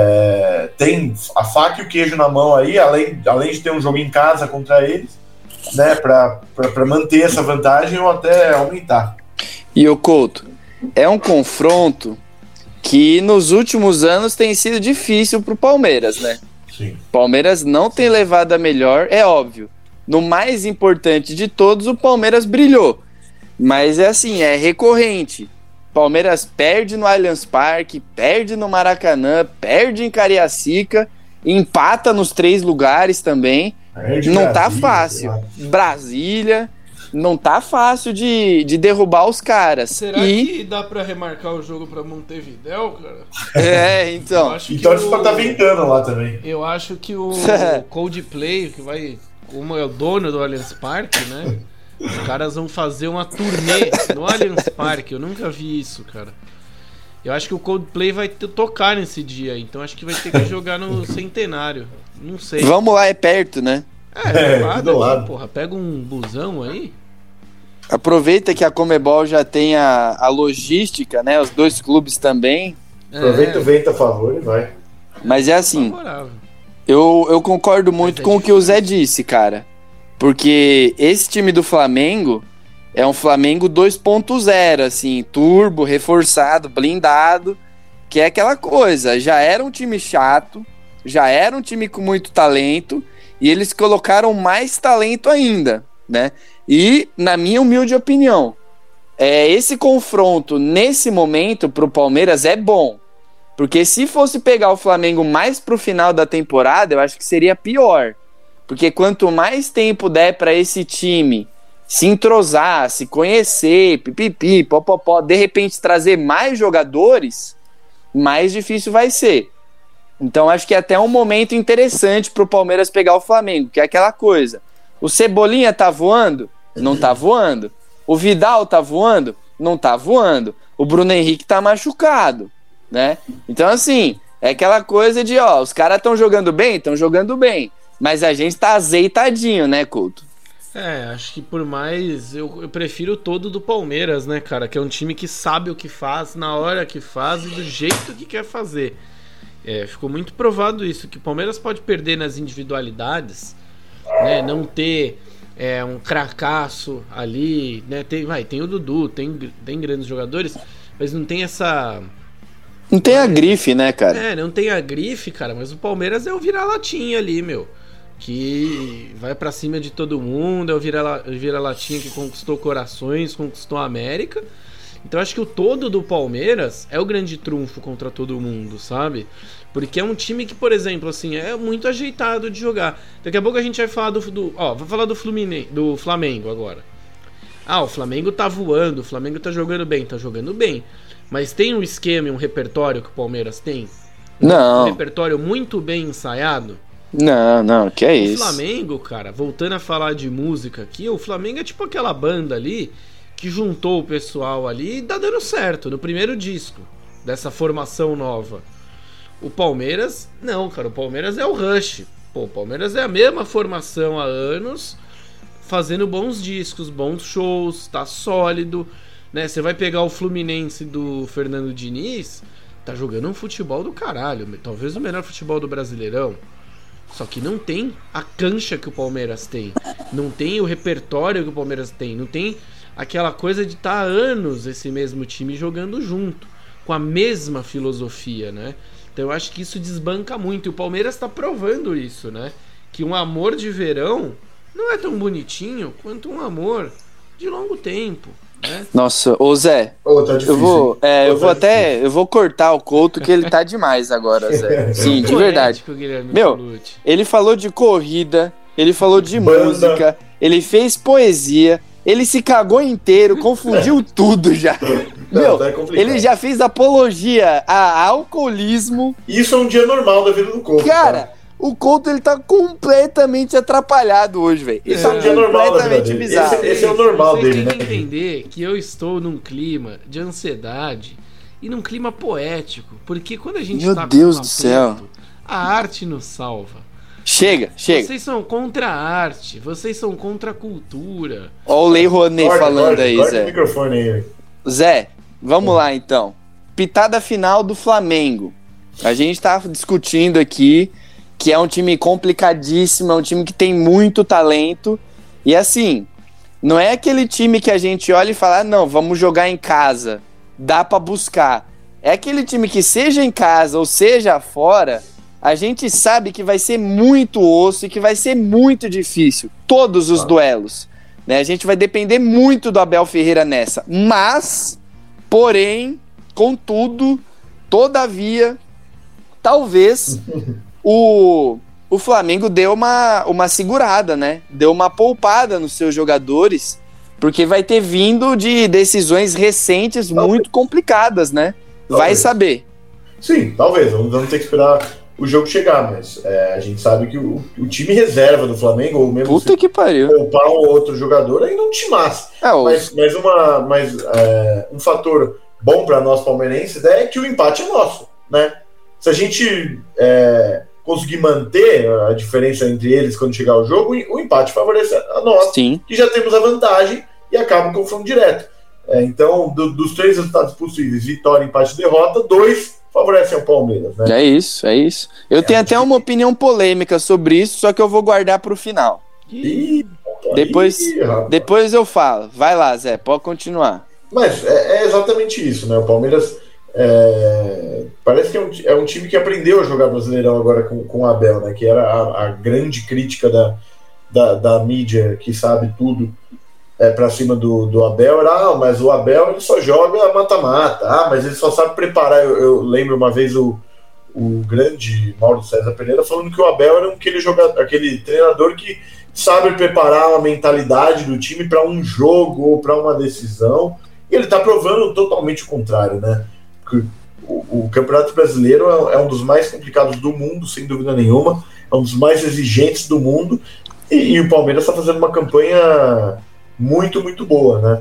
tem a faca e o queijo na mão aí, além de ter um jogo em casa contra eles, né, para manter essa vantagem ou até aumentar. E o Couto, é um confronto que nos últimos anos tem sido difícil pro Palmeiras, né? Sim. Palmeiras não tem levado a melhor, é óbvio. No mais importante de todos, o Palmeiras brilhou. Mas é recorrente. Palmeiras perde no Allianz Parque, perde no Maracanã, perde em Cariacica, empata nos 3 lugares também. Não tá fácil. Brasília, não tá fácil de derrubar os caras. Será que dá pra remarcar o jogo pra Montevidéu, cara? Então. Então eles tá ventando lá também. Eu acho que o Coldplay, que vai, como é o dono do Allianz Parque, né? Os caras vão fazer uma turnê no Allianz Parque. Eu nunca vi isso, cara. Eu acho que o Coldplay vai tocar nesse dia, então acho que vai ter que jogar no Centenário. Não sei. Vamos lá, é perto, né? Do lado. Porra, pega um busão aí. Aproveita que a Conmebol já tem a logística, né? Os 2 clubes também. Aproveita o vento a favor e vai. Mas é assim, Favorável. eu concordo muito é com o que o Zé disse, cara. Porque esse time do Flamengo é um Flamengo 2.0, assim, turbo, reforçado, blindado, que é aquela coisa, já era um time chato, já era um time com muito talento, e eles colocaram mais talento ainda, né? E, na minha humilde opinião, esse confronto, nesse momento, pro Palmeiras é bom. Porque se fosse pegar o Flamengo mais pro final da temporada, eu acho que seria pior. Porque quanto mais tempo der para esse time se entrosar, se conhecer, pipipi, popopó, de repente trazer mais jogadores, mais difícil vai ser. Então acho que é até um momento interessante pro Palmeiras pegar o Flamengo, que é aquela coisa. O Cebolinha tá voando? Não tá voando. O Vidal tá voando? Não tá voando. O Bruno Henrique tá machucado, né? Então, assim, é aquela coisa de, os caras estão jogando bem, mas a gente tá azeitadinho, né, Couto? Acho que por mais... Eu prefiro o todo do Palmeiras, né, cara? Que é um time que sabe o que faz, na hora que faz e do jeito que quer fazer. Ficou muito provado isso, que o Palmeiras pode perder nas individualidades, né? Não ter... um cracaço ali, né? Tem o Dudu, tem grandes jogadores, mas não tem essa... Não tem a grife, né, cara? Não tem a grife, cara, mas o Palmeiras é o vira-latinha ali, meu. Que vai pra cima de todo mundo, é o vira-latinha que conquistou corações, conquistou a América. Então acho que o todo do Palmeiras é o grande trunfo contra todo mundo, sabe? Porque é um time que, por exemplo, assim, é muito ajeitado de jogar. Daqui a pouco a gente vai falar vou falar do Flamengo agora. O Flamengo tá voando, o Flamengo tá jogando bem. Mas tem um esquema e um repertório que o Palmeiras tem? Não. Um repertório muito bem ensaiado? Não, que é isso. O Flamengo, cara, voltando a falar de música aqui, o Flamengo é tipo aquela banda ali que juntou o pessoal ali e tá dando certo no primeiro disco dessa formação nova. O Palmeiras, não, cara, o Palmeiras é o Rush. Pô, o Palmeiras é a mesma formação há anos, fazendo bons discos, bons shows, tá sólido, né? Você vai pegar o Fluminense do Fernando Diniz, tá jogando um futebol do caralho, talvez o melhor futebol do Brasileirão. Só que não tem a cancha que o Palmeiras tem, não tem o repertório que o Palmeiras tem, não tem aquela coisa de estar há anos esse mesmo time jogando junto, com a mesma filosofia, né? Então eu acho que isso desbanca muito. E o Palmeiras tá provando isso, né? Que um amor de verão não é tão bonitinho quanto um amor de longo tempo, né? Nossa, ô Zé, tá difícil, eu vou cortar o Couto que ele tá demais agora, Zé. Sim, de verdade. Meu, ele falou de corrida, ele falou de música, ele fez poesia, ele se cagou inteiro, confundiu tudo já. Meu, ele já fez apologia a alcoolismo. Isso é um dia normal da vida do Couto. Cara, o Couto, ele tá completamente atrapalhado hoje, velho. Esse é um dia normal da vida dele. Esse é o normal dele, né? Vocês têm que entender que eu estou num clima de ansiedade e num clima poético. Porque quando a gente Meu tá Deus com do céu. a arte nos salva. Chega. Vocês são contra a arte, vocês são contra a cultura. Ó o Lei Rouanet falando aí, corta Zé. o microfone aí. Zé, vamos lá então. Pitada final do Flamengo. A gente tá discutindo aqui que é um time complicadíssimo, é um time que tem muito talento. E assim, não é aquele time que a gente olha e fala, não, vamos jogar em casa, dá pra buscar. É aquele time que seja em casa ou seja fora, a gente sabe que vai ser muito osso e que vai ser muito difícil. Todos os duelos. Né? A gente vai depender muito do Abel Ferreira nessa. Mas, porém, contudo, todavia, talvez o Flamengo deu uma segurada, né? Deu uma poupada nos seus jogadores, porque vai ter vindo de decisões recentes muito complicadas, né? Vai saber. Sim, talvez. Vamos ter que esperar o jogo chegar, mas a gente sabe que o time reserva do Flamengo, ou mesmo Puta que pariu. poupar um outro jogador, ainda não timasse. Mas um fator bom para nós palmeirenses é que o empate é nosso, né? Se a gente conseguir manter a diferença entre eles quando chegar o jogo, o empate favorece a nós, Sim. Que já temos a vantagem e acaba o confronto direto. Então, dos 3 resultados possíveis, vitória, empate e derrota, 2 favorecem o Palmeiras, né? É isso. Eu tenho até uma opinião polêmica sobre isso, só que eu vou guardar pro final. Depois eu falo. Vai lá, Zé, pode continuar. Mas é exatamente isso, né? O Palmeiras parece que é um time que aprendeu a jogar Brasileirão agora com o Abel, né? Que era a grande crítica da mídia que sabe tudo pra cima do Abel. Era, mas o Abel ele só joga mata-mata. Mas ele só sabe preparar. Eu lembro uma vez o grande Mauro César Pereira falando que o Abel era aquele treinador que sabe preparar a mentalidade do time para um jogo ou para uma decisão. E ele está provando totalmente o contrário, né? Porque o Campeonato Brasileiro é um dos mais complicados do mundo, sem dúvida nenhuma. É um dos mais exigentes do mundo. E o Palmeiras está fazendo uma campanha muito, muito boa, né?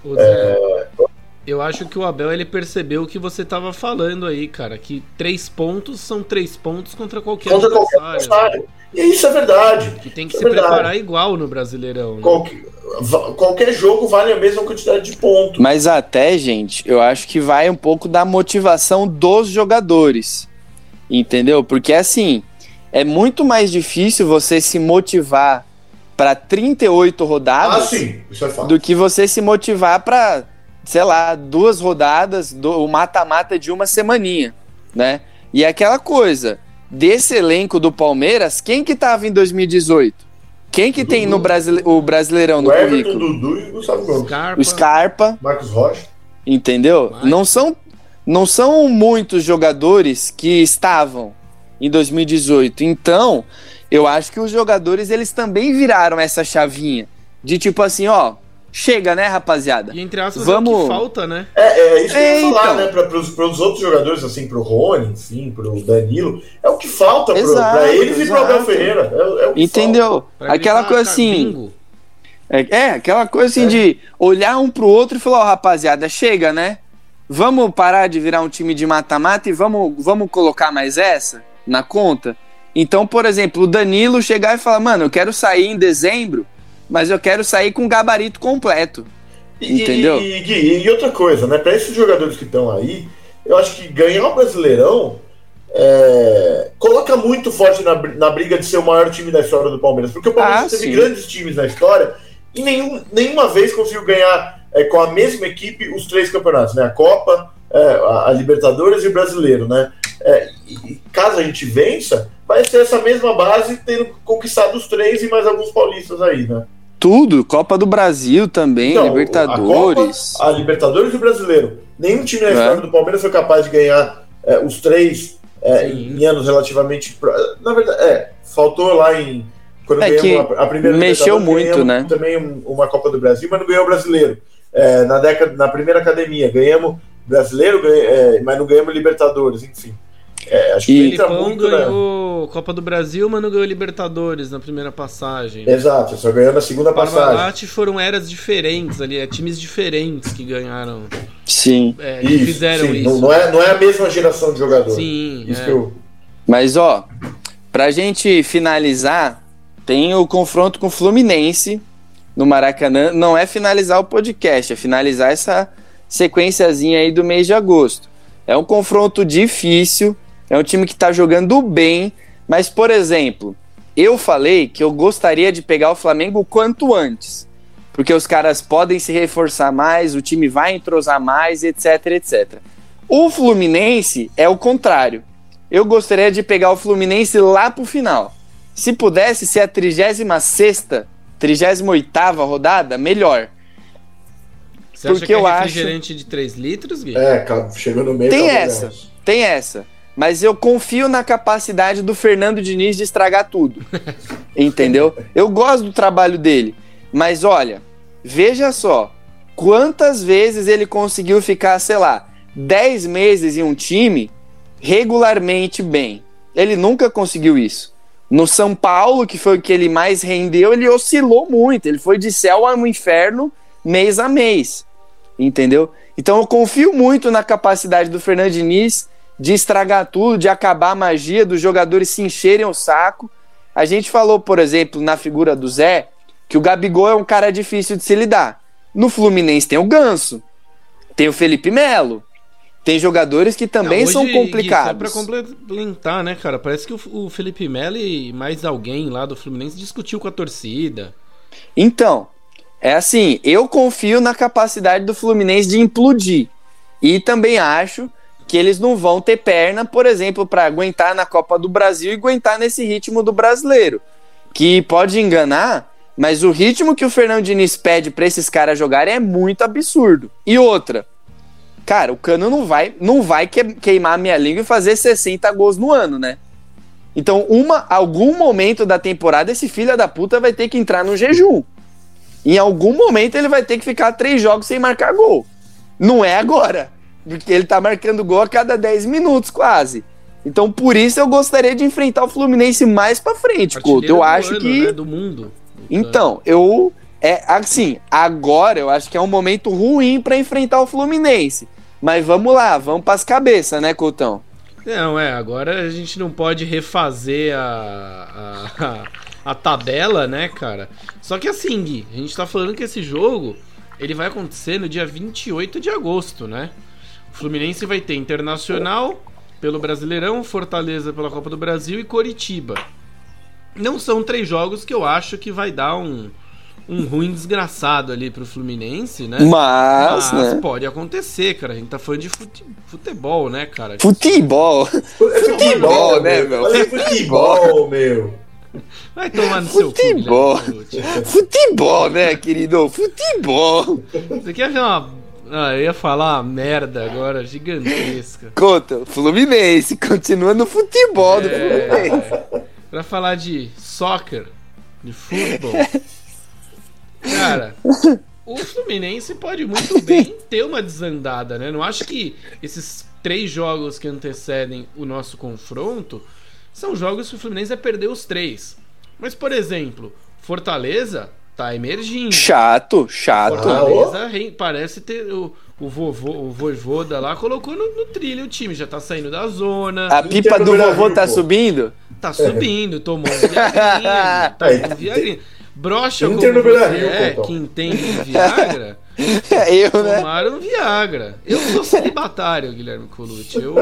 Eu acho que o Abel ele percebeu o que você estava falando aí, cara. Que 3 pontos são 3 pontos contra qualquer adversário. E isso é verdade. Que tem que se preparar igual no Brasileirão. Né? Qualquer jogo vale a mesma quantidade de pontos. Mas até, gente, eu acho que vai um pouco da motivação dos jogadores. Entendeu? Porque assim, é muito mais difícil você se motivar para 38 rodadas isso é fato. Do que você se motivar para, sei lá, 2 rodadas, o mata-mata de uma semaninha, né? E aquela coisa, desse elenco do Palmeiras, quem que tava em 2018? Quem que tem no o Brasileirão no currículo? Dudu e Gustavo Gomes. O Scarpa. Marcos Rocha. Entendeu? Não são muitos jogadores que estavam em 2018. Então, eu acho que os jogadores, eles também viraram essa chavinha. De tipo assim, ó, chega, né, rapaziada? E entre aspas, é o que falta, né? Isso que eu ia falar, né? Para os outros jogadores, assim, pro Rony, enfim, pro Danilo, é o que falta para eles e pro Abel Ferreira. É o que entendeu? Aquela coisa assim. Aquela coisa assim de olhar um pro outro e falar, ó, rapaziada, chega, né? Vamos parar de virar um time de mata-mata e vamos colocar mais essa na conta? Então, por exemplo, o Danilo chegar e falar, mano, eu quero sair em dezembro, mas eu quero sair com o gabarito completo. Entendeu? E outra coisa, né? Para esses jogadores que estão aí, eu acho que ganhar o Brasileirão coloca muito forte na briga de ser o maior time da história do Palmeiras. Porque o Palmeiras teve grandes times na história e nenhuma vez conseguiu ganhar com a mesma equipe os 3 campeonatos, né? A Copa, a Libertadores e o Brasileiro, né? E caso a gente vença, vai ser essa mesma base tendo conquistado os 3 e mais alguns paulistas aí, né? Tudo, Copa do Brasil também, então, Libertadores. A Libertadores e o Brasileiro. Nenhum time na história do Palmeiras foi capaz de ganhar os 3 em anos relativamente... Na verdade, faltou lá em... Quando ganhamos a primeira mexeu muito, né? Também uma Copa do Brasil, mas não ganhou o Brasileiro. Na primeira academia, ganhamos Brasileiro, mas não ganhamos Libertadores, enfim. Acho que o Felipão ganhou Copa do Brasil, mas não ganhou Libertadores na primeira passagem. Exato, só ganhou na segunda passagem. Parmalat foram eras diferentes ali, times diferentes que ganharam. Sim. Que fizeram isso. Não é a mesma geração de jogadores. Sim. Mas, ó, pra gente finalizar, tem o confronto com o Fluminense no Maracanã. Não é finalizar o podcast, é finalizar essa sequenciazinha aí do mês de agosto. É um confronto difícil. É um time que tá jogando bem, mas, por exemplo, eu falei que eu gostaria de pegar o Flamengo o quanto antes, porque os caras podem se reforçar mais, o time vai entrosar mais, etc, etc. O Fluminense é o contrário. Eu gostaria de pegar o Fluminense lá pro final. Se pudesse ser a 36ª, 38ª rodada, melhor. Você acha que é refrigerante de 3 litros, Gui? Chegou no meio. Tem essa. Mas eu confio na capacidade do Fernando Diniz de estragar tudo. Entendeu? Eu gosto do trabalho dele. Mas olha, veja só. Quantas vezes ele conseguiu ficar, sei lá, 10 meses em um time regularmente bem. Ele nunca conseguiu isso. No São Paulo, que foi o que ele mais rendeu, ele oscilou muito. Ele foi de céu ao inferno mês a mês. Entendeu? Então eu confio muito na capacidade do Fernando Diniz de estragar tudo, de acabar a magia, dos jogadores se encherem o saco. A gente falou, por exemplo, na figura do Zé, que o Gabigol é um cara difícil de se lidar. No Fluminense tem o Ganso, tem o Felipe Melo, tem jogadores que também são complicados. Gui, só pra complementar, né, cara? Parece que o Felipe Melo e mais alguém lá do Fluminense discutiu com a torcida. Então, é assim, eu confio na capacidade do Fluminense de implodir. E também acho que eles não vão ter perna, por exemplo, para aguentar na Copa do Brasil e aguentar nesse ritmo do brasileiro. Que pode enganar, mas o ritmo que o Fernando Diniz pede para esses caras jogarem é muito absurdo. E outra, cara, o Cano não vai queimar a minha língua e fazer 60 gols no ano, né? Então, algum momento da temporada, esse filho da puta vai ter que entrar no jejum. Em algum momento ele vai ter que ficar 3 jogos sem marcar gol. Não é agora, porque ele tá marcando gol a cada 10 minutos quase. Então por isso eu gostaria de enfrentar o Fluminense mais pra frente, Couto. Eu acho que... Né, do mundo. Então, agora eu acho que é um momento ruim pra enfrentar o Fluminense. Mas vamos lá, vamos pras cabeças, né, Coutão? Não, agora a gente não pode refazer a tabela, né, cara? Só que assim, Gui, a gente tá falando que esse jogo, ele vai acontecer no dia 28 de agosto, né? O Fluminense vai ter Internacional pelo Brasileirão, Fortaleza pela Copa do Brasil e Coritiba. Não são 3 jogos que eu acho que vai dar um ruim desgraçado ali pro Fluminense, né? Mas né? Pode acontecer, cara. A gente tá falando de futebol, né, cara? Futebol, né, meu? Futebol, meu. Vai tomar no seu cu, Futebol, né, querido? Futebol. Você quer ver uma... eu ia falar uma merda agora, gigantesca. Conta, Fluminense, continua no futebol do Fluminense. Pra falar de soccer, de futebol... Cara, o Fluminense pode muito bem ter uma desandada, né? Não acho que esses 3 jogos que antecedem o nosso confronto são jogos que o Fluminense vai perder os 3. Mas, por exemplo, Fortaleza tá emergindo. Chato. Fortaleza parece ter... O Vojvoda lá colocou no trilho o time, já tá saindo da zona. A pipa do vovô tá subindo? Tá subindo, tomou um Viagrinha. Brocha como você que entende de Viagra, tomaram Viagra. Eu sou celibatário, Guilherme Colucci. Eu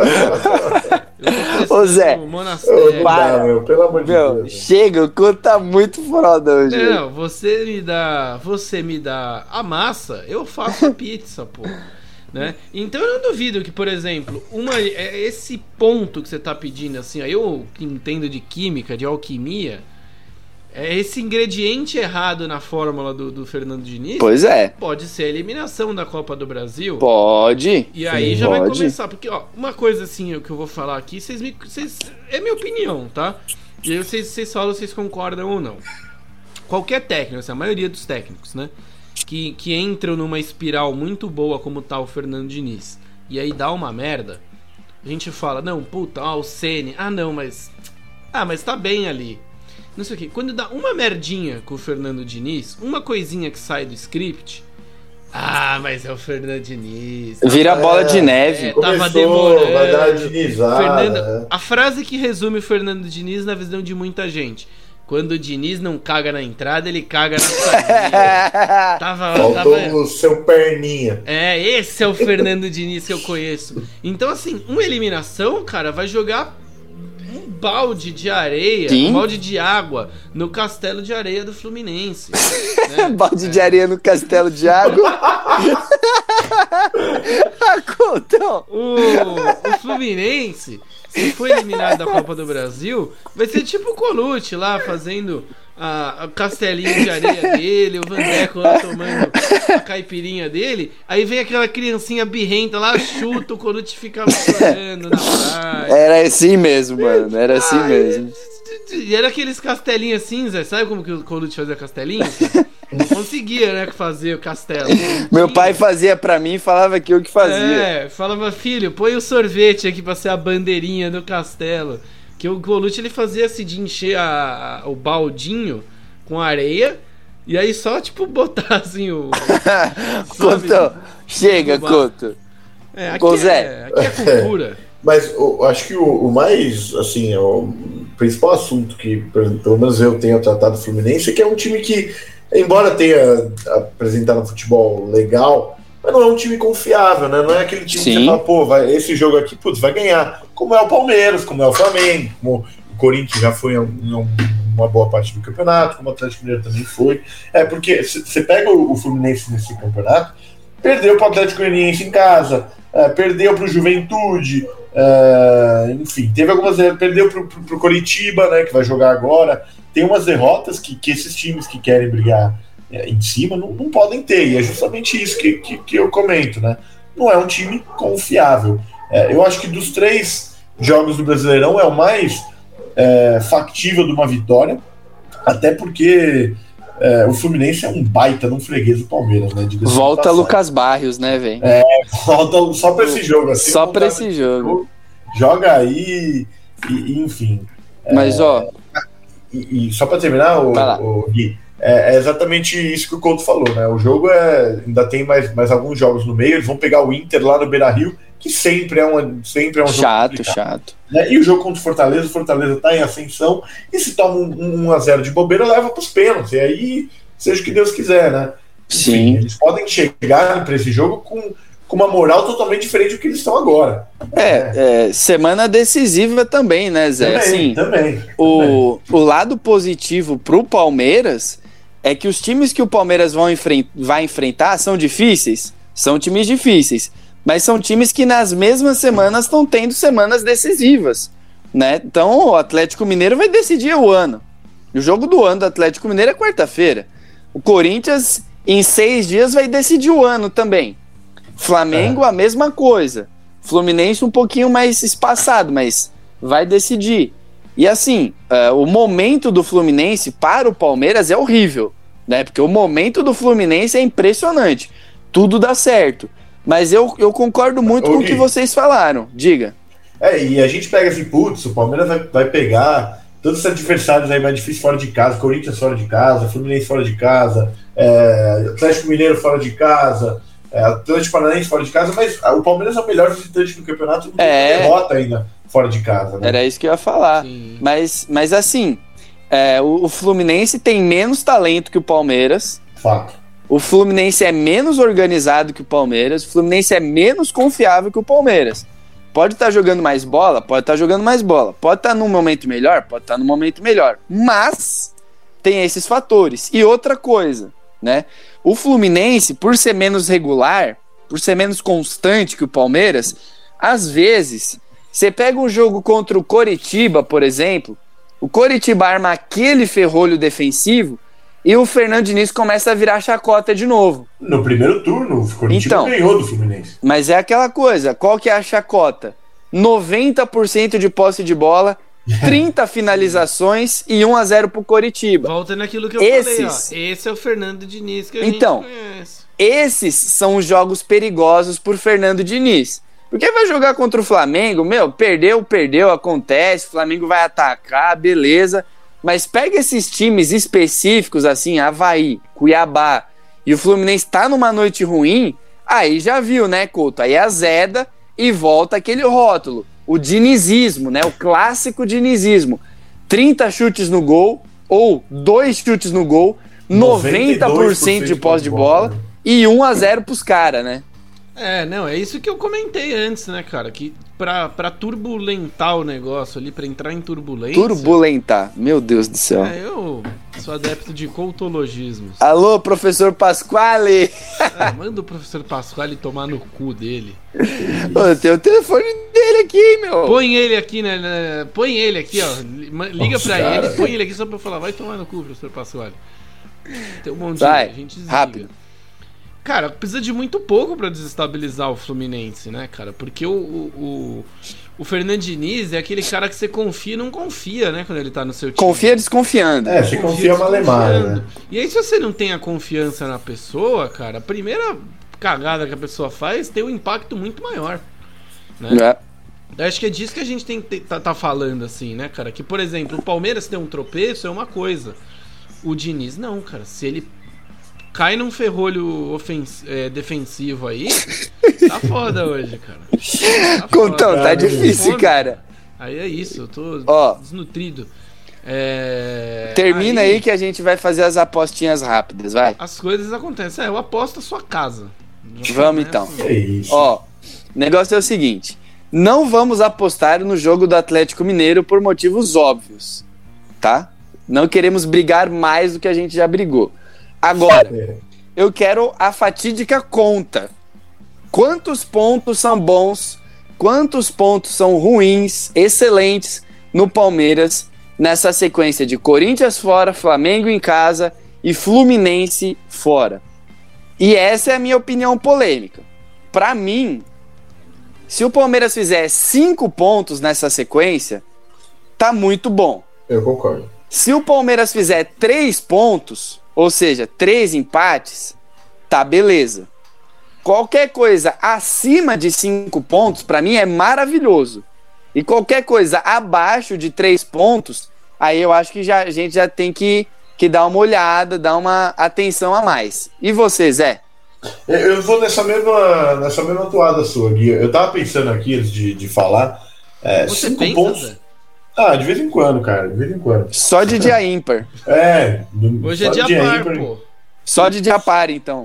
Ô Zé, para, meu, pelo amor de Deus. Chega, o Couto tá muito foda hoje. Não, você me dá a massa, eu faço a pizza, pô. Né? Então eu não duvido que, por exemplo, esse ponto que você tá pedindo, assim, eu que entendo de química, de alquimia, esse ingrediente errado na fórmula do Fernando Diniz. Pois é. Pode ser a eliminação da Copa do Brasil. Pode. E aí já vai começar. Porque, uma coisa assim que eu vou falar aqui, é minha opinião, tá? E aí vocês falam se vocês concordam ou não. Qualquer técnico, assim, a maioria dos técnicos, né? Que entram numa espiral muito boa como tá o Fernando Diniz, e aí dá uma merda, a gente fala, não, puta, o Ceni, mas tá bem ali. Não sei o que. Quando dá uma merdinha com o Fernando Diniz, uma coisinha que sai do script, mas é o Fernando Diniz. Vira bola de neve. Tava demorando. Vai dar dinizada. A frase que resume o Fernando Diniz na visão de muita gente: quando o Diniz não caga na entrada, ele caga na saída. Faltou o seu perninha. Esse é o Fernando Diniz que eu conheço. Então, assim, uma eliminação, cara, vai jogar um balde de areia, um balde de água no castelo de areia do Fluminense. Né? Balde de areia no castelo de água. O Fluminense, se for eliminado da Copa do Brasil, vai ser tipo o Colucci lá fazendo a castelinho de areia dele, o Vandeco lá tomando a caipirinha dele, aí vem aquela criancinha birrenta lá, chuta, o Colucci fica chorando na praia. Era assim mesmo, mano, era assim mesmo. E era aqueles castelinhos assim, Zé, sabe como que o Colucci fazia castelinho? Não conseguia, né, fazer o castelo. Meu pai fazia pra mim e falava que eu que fazia. Falava, filho, põe o sorvete aqui pra ser a bandeirinha do castelo. Que o Colucci, ele fazia assim de encher o baldinho com areia e aí só, tipo, botar assim o... Couto, chega, Couto. Aqui é cultura. Mas acho que o mais, assim, o principal assunto que, pelo menos eu tenho tratado do Fluminense, é que é um time que, embora tenha apresentado um futebol legal, mas não é um time confiável, né? Não é aquele time que Sim. você fala, pô, esse jogo aqui, putz, vai ganhar. Como é o Palmeiras, como é o Flamengo, como o Corinthians já foi uma boa parte do campeonato, como o Atlético Mineiro também foi. Porque você pega o Fluminense nesse campeonato, perdeu para o Atlético Goianiense em casa, perdeu para o Juventude, enfim, teve algumas, perdeu para o Coritiba, né, que vai jogar agora. Tem umas derrotas que esses times que querem brigar em cima não podem ter, e é justamente isso que eu comento, né? Não é um time confiável. Eu acho que dos 3 jogos do Brasileirão é o mais factível de uma vitória, até porque o Fluminense é um baita num freguês do Palmeiras, né? Volta Lucas Barrios, né, velho? Volta só pra esse jogo. Assim, só pra esse jogo. Joga aí, enfim. Mas, E só pra terminar, o Gui, é exatamente isso que o Couto falou, né? O jogo ainda tem mais alguns jogos no meio, eles vão pegar o Inter lá no Beira-Rio, que sempre é um jogo chato. Né? E o jogo contra o Fortaleza tá em ascensão, e se toma um 1-0 de bobeira, leva pros pênaltis, e aí seja o que Deus quiser, né? Sim. Enfim, eles podem chegar para esse jogo com uma moral totalmente diferente do que eles estão agora. Semana decisiva também, né, Zé? Também. O lado positivo pro Palmeiras é que os times que o Palmeiras vai enfrentar são difíceis, são times difíceis, mas são times que nas mesmas semanas estão tendo semanas decisivas, né? Então o Atlético Mineiro vai decidir o ano. O jogo do ano do Atlético Mineiro é quarta-feira. O Corinthians, em 6 dias, vai decidir o ano também. Flamengo, a mesma coisa. Fluminense um pouquinho mais espaçado, mas vai decidir. E assim, o momento do Fluminense para o Palmeiras é horrível, né? Porque o momento do Fluminense é impressionante. Tudo dá certo. Mas eu concordo muito com o que vocês falaram. Diga. E a gente pega assim, putz, o Palmeiras vai pegar todos os adversários aí mais difíceis fora de casa, Corinthians fora de casa, Fluminense fora de casa, Atlético Mineiro fora de casa, Atlético Paranaense fora de casa, mas o Palmeiras é o melhor visitante do campeonato, não tem derrota ainda fora de casa, né? Era isso que eu ia falar. Mas assim, o Fluminense tem menos talento que o Palmeiras. Fato. O Fluminense é menos organizado que o Palmeiras. O Fluminense é menos confiável que o Palmeiras. Pode estar jogando mais bola? Pode estar jogando mais bola. Pode estar num momento melhor? Pode estar num momento melhor. Mas tem esses fatores. E outra coisa, né? O Fluminense, por ser menos regular, por ser menos constante que o Palmeiras, às vezes, você pega um jogo contra o Coritiba, por exemplo, o Coritiba arma aquele ferrolho defensivo e o Fernando Diniz começa a virar chacota de novo. No primeiro turno, o Coritiba ganhou do Fluminense. Mas é aquela coisa, qual que é a chacota? 90% de posse de bola, 30 finalizações e 1-0 pro Coritiba. Volta naquilo que eu falei, ó. Esse é o Fernando Diniz que a gente conhece. Esses são os jogos perigosos por Fernando Diniz. Porque vai jogar contra o Flamengo, perdeu, acontece, o Flamengo vai atacar, beleza. Mas pega esses times específicos, assim, Avaí, Cuiabá, e o Fluminense tá numa noite ruim, aí já viu, né, Couto? Aí azeda e volta aquele rótulo. O dinizismo, né? O clássico dinizismo. 30 chutes no gol, ou 2 chutes no gol, 90% de posse de bola e 1-0 pros caras, né? É isso que eu comentei antes, né, cara? Que pra turbulentar o negócio ali, pra entrar em turbulência... Turbulentar, meu Deus do céu. Eu sou adepto de coutologismos. Alô, professor Pasquale! Manda o professor Pasquale tomar no cu dele. Ô, tem o telefone dele aqui, meu. Põe ele aqui, né? Põe ele aqui, ó. Liga pra ele, põe ele aqui só pra eu falar. Vai tomar no cu, professor Pasquale. Tem um monte de a gente desliga. Rápido. Cara, precisa de muito pouco pra desestabilizar o Fluminense, né, cara? Porque o Fernando Diniz é aquele cara que você confia e não confia, né, quando ele tá no seu time. Confia desconfiando. Você confia malemar, né? E aí, se você não tem a confiança na pessoa, cara, a primeira cagada que a pessoa faz tem um impacto muito maior, né? Eu acho que é disso que a gente tem que tá falando, assim, né, cara? Que, por exemplo, o Palmeiras ter um tropeço é uma coisa. O Diniz não, cara. Se ele cai num ferrolho defensivo aí, tá foda hoje, cara. Tá Contão, tá difícil, cara. Aí é isso, eu tô desnutrido. Termina aí que a gente vai fazer as apostinhas rápidas, vai. As coisas acontecem. Eu aposto a sua casa. Vamos então. É isso. Ó, o negócio é o seguinte: não vamos apostar no jogo do Atlético Mineiro por motivos óbvios, tá? Não queremos brigar mais do que a gente já brigou. Agora, eu quero a fatídica conta. Quantos pontos são bons, quantos pontos são ruins, excelentes no Palmeiras nessa sequência de Corinthians fora, Flamengo em casa e Fluminense fora? E essa é a minha opinião polêmica. Pra mim, se o Palmeiras fizer 5 pontos nessa sequência, tá muito bom. Eu concordo. Se o Palmeiras fizer 3 pontos, ou seja, 3 empates, tá beleza. Qualquer coisa acima de 5 pontos, pra mim, é maravilhoso. E qualquer coisa abaixo de 3 pontos, aí eu acho que a gente já tem que dar uma olhada, dar uma atenção a mais. E você, Zé? Eu vou nessa mesma toada sua, Gui. Eu tava pensando aqui antes de falar. Você 5 pensa, pontos. Zé? Ah, de vez em quando, cara. De vez em quando. Só de dia ímpar. Hoje é dia par, pô. Só de dia par, então.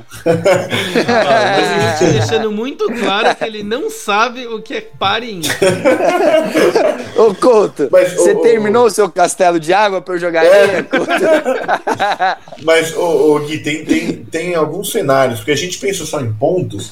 Mas ele tá deixando muito claro que ele não sabe o que é par e ímpar. Ô, Couto, você terminou o seu castelo de água pra eu jogar areia, Couto? Mas, Gui, tem alguns cenários, porque a gente pensa só em pontos.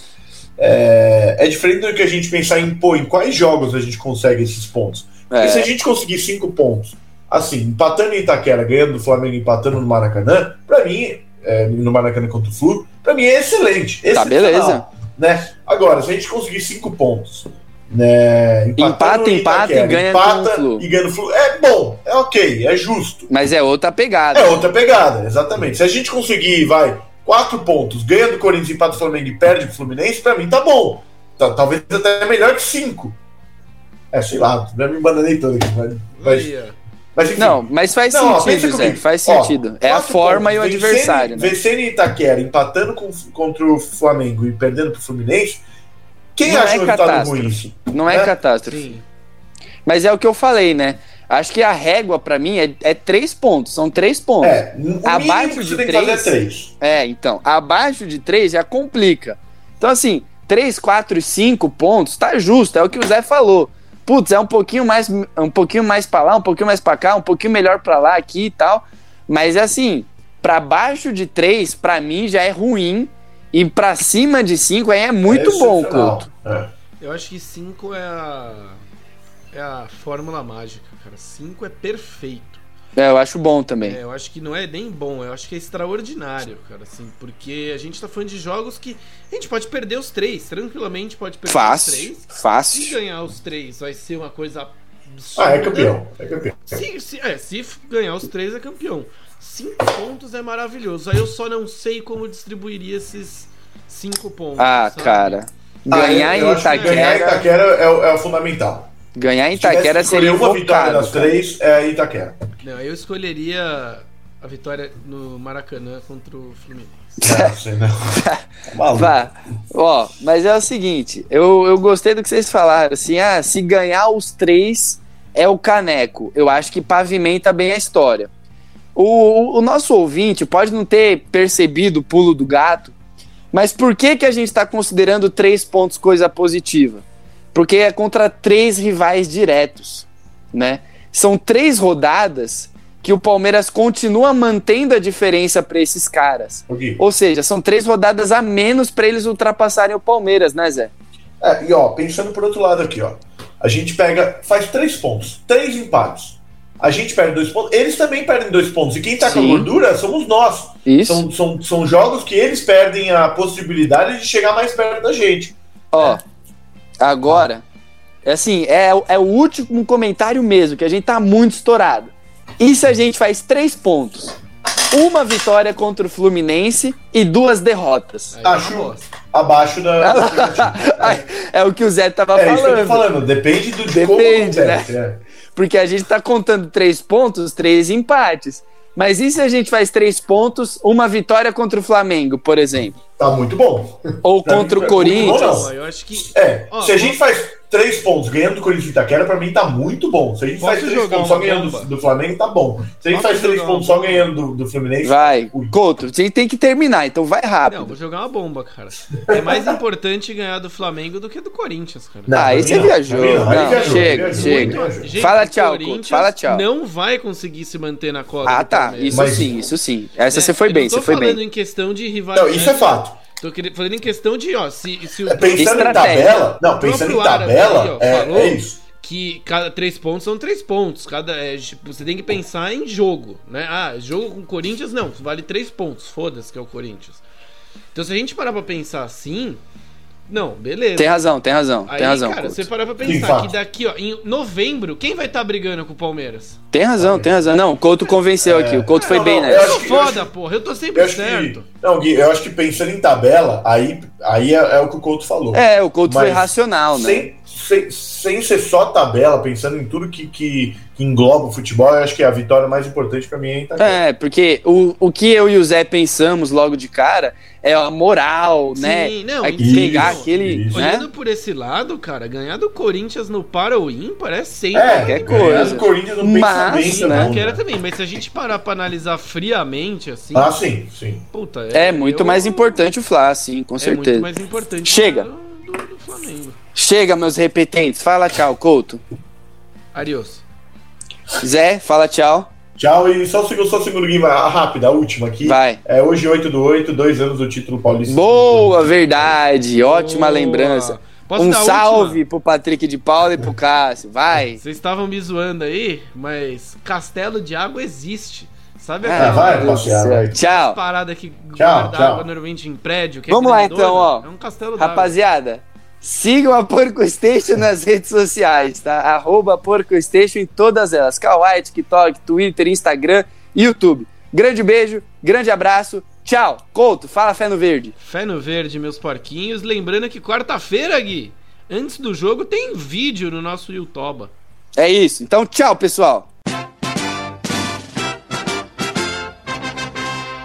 É diferente do que a gente pensar em quais jogos a gente consegue esses pontos. Porque se a gente conseguir 5 pontos, assim, empatando em Itaquera, ganhando do Flamengo, empatando no Maracanã, pra mim, no Maracanã contra o Flu, pra mim é excelente. Tá, beleza. Né? Agora, se a gente conseguir 5 pontos, né, empata e ganha com o Flu. E ganha no Flu, é bom, é ok, é justo. Mas é outra pegada. É outra pegada, exatamente. Se a gente conseguir, 4 pontos, ganha do Corinthians, empata do Flamengo e perde pro Fluminense, pra mim tá bom. Talvez até melhor que 5. Sei lá, já me embananei todo aqui. Mas enfim. Não, mas faz sentido, Zé. Faz sentido. É a forma e o adversário, né? Vencendo em Itaquera, empatando contra o Flamengo e perdendo pro Fluminense, quem não acha é o resultado ruim? Não é catástrofe. Sim. Mas é o que eu falei, né? Acho que a régua pra mim é 3 pontos. São 3 pontos. Abaixo de 3. Então. Abaixo de 3 já complica. Então, assim, 3, 4 e 5 pontos tá justo. É o que o Zé falou. Putz, é um pouquinho mais pra lá, um pouquinho mais pra cá, um pouquinho melhor pra lá, aqui e tal. Mas assim, pra baixo de 3, pra mim já é ruim. E pra cima de 5 aí é muito bom, Couto. Eu acho que 5 é a fórmula mágica, cara. 5 é perfeito. Eu acho bom também. Eu acho que não é nem bom, eu acho que é extraordinário, cara, assim, porque a gente tá falando de jogos que a gente pode perder os 3, tranquilamente pode perder os 3. Fácil. Se ganhar os 3 vai ser uma coisa absurda. É campeão. Se ganhar os 3 é campeão. 5 pontos é maravilhoso. Aí eu só não sei como distribuiria esses 5 pontos. Sabe? Cara, ganhar em Itaquera é o fundamental. Ganhar em Itaquera seria uma vitória das 3 é Itaquera. Não, eu escolheria a vitória no Maracanã contra o Fluminense. Não sei não. Mas é o seguinte, eu gostei do que vocês falaram, assim, se ganhar os 3 é o caneco. Eu acho que pavimenta bem a história. O nosso ouvinte pode não ter percebido o pulo do gato, mas por que a gente está considerando 3 pontos coisa positiva? Porque é contra 3 rivais diretos, né? São 3 rodadas que o Palmeiras continua mantendo a diferença para esses caras. Okay. Ou seja, são 3 rodadas a menos para eles ultrapassarem o Palmeiras, né, Zé? Pensando por outro lado aqui, a gente faz 3 pontos, 3 empates. A gente perde 2 pontos, eles também perdem 2 pontos. E quem tá com a gordura somos nós. Isso. São jogos que eles perdem a possibilidade de chegar mais perto da gente. Agora, assim, é o último comentário mesmo, que a gente tá muito estourado. E se a gente faz 3 pontos? 1 vitória contra o Fluminense e 2 derrotas. Acho abaixo da... É o que o Zé tava falando. Isso que eu tô falando, depende do Depende, né? Porque a gente tá contando 3 pontos, 3 empates. Mas e se a gente faz 3 pontos, 1 vitória contra o Flamengo, por exemplo? Tá muito bom. Ou contra o Corinthians? Eu acho que... Se a gente faz 3 pontos ganhando do Corinthians e Itaquera, pra mim tá muito bom. Se a gente Posso faz 3 jogar pontos só uma ganhando bomba? do Flamengo, tá bom. Se a gente Posso faz 3 jogar pontos uma só ganhando do Fluminense... Vai. Ui. Couto, você tem que terminar, então vai rápido. Não, vou jogar uma bomba, cara. É mais importante ganhar do Flamengo do que do Corinthians, cara. Não, aí pra você mim não. viajou. Pra mim não. Aí Não, viajou, chega, viajou, chega. Gente, Fala o tchau, Corinthians Couto, fala tchau. não vai conseguir se manter na cola. Ah, do tá. Palmeiras. Isso Mas- sim, isso sim. Essa você É, foi eu bem, não tô você foi falando bem. em questão de rivalidade. Não, isso é fato. Tô falando em questão de, ó, se o Pensando Estratégia. em tabela... Não, pensando em próprio árabe tabela, aí, ó, falou é isso. que cada 3 pontos são 3 pontos. Tipo, você tem que pensar em jogo, né? Ah, jogo com o Corinthians, não, vale 3 pontos. Foda-se que é o Corinthians. Então, se a gente parar pra pensar assim, não, beleza. Tem razão, tem razão, Aí, tem razão. cara, Couto. você parar pra Sim, pensar fato. que daqui, ó, em novembro, quem vai estar brigando com o Palmeiras? Tem razão, tem razão. Não, o Couto convenceu aqui, o Couto foi Não, bem não, nessa. eu acho que- Foda, porra, eu tô sempre Eu acho certo. que, não, Gui, eu acho que pensando em tabela, aí é o que o Couto falou. É, o Couto foi Mas racional, né? Sem ser só tabela, pensando em tudo que engloba o futebol, eu acho que a vitória mais importante pra mim é Itaquera. É, porque o que eu e o Zé pensamos logo de cara é a moral, né? não, Aí isso, pegar isso, aquele. isso. Né? Olhando por esse lado, cara, ganhar do Corinthians no para ou ímpar é sempre. qualquer coisa. ganhar do Corinthians no Mas, pensamento, né? não, Itaquera também, mas se a gente parar pra analisar friamente, assim. Ah, sim, sim. Puta, É muito mais importante o Fla, sim, com É certeza. muito mais importante Chega. do Flamengo. Chega, meus repetentes. Fala tchau, Couto. Arios. Zé, fala tchau. Tchau, e só o segundo Gui, a rápida, a última aqui. Vai. É hoje 8/8, 2 anos do título paulista. Boa, verdade. Ótima Boa. lembrança. Posso Um dar a salve última? pro Patrick de Paula e pro Cássio. Vai. Vocês estavam me zoando aí, mas Castelo de Água existe. Sabe Ah, vai, meu Deus do passear, céu. vai. Tchau. parada que Tchau, guarda tchau. água normalmente em prédio? Que Vamos é lá, grandona? então, ó. É um castelo d'água. Rapaziada, sigam a Porco Station nas redes sociais, tá? @Porco Station em todas elas. Kawaii, TikTok, Twitter, Instagram e YouTube. Grande beijo, grande abraço. Tchau. Couto, fala fé no verde. Fé no verde, meus porquinhos. Lembrando que quarta-feira, Gui, antes do jogo, tem vídeo no nosso YouTube. É isso. Então, tchau, pessoal.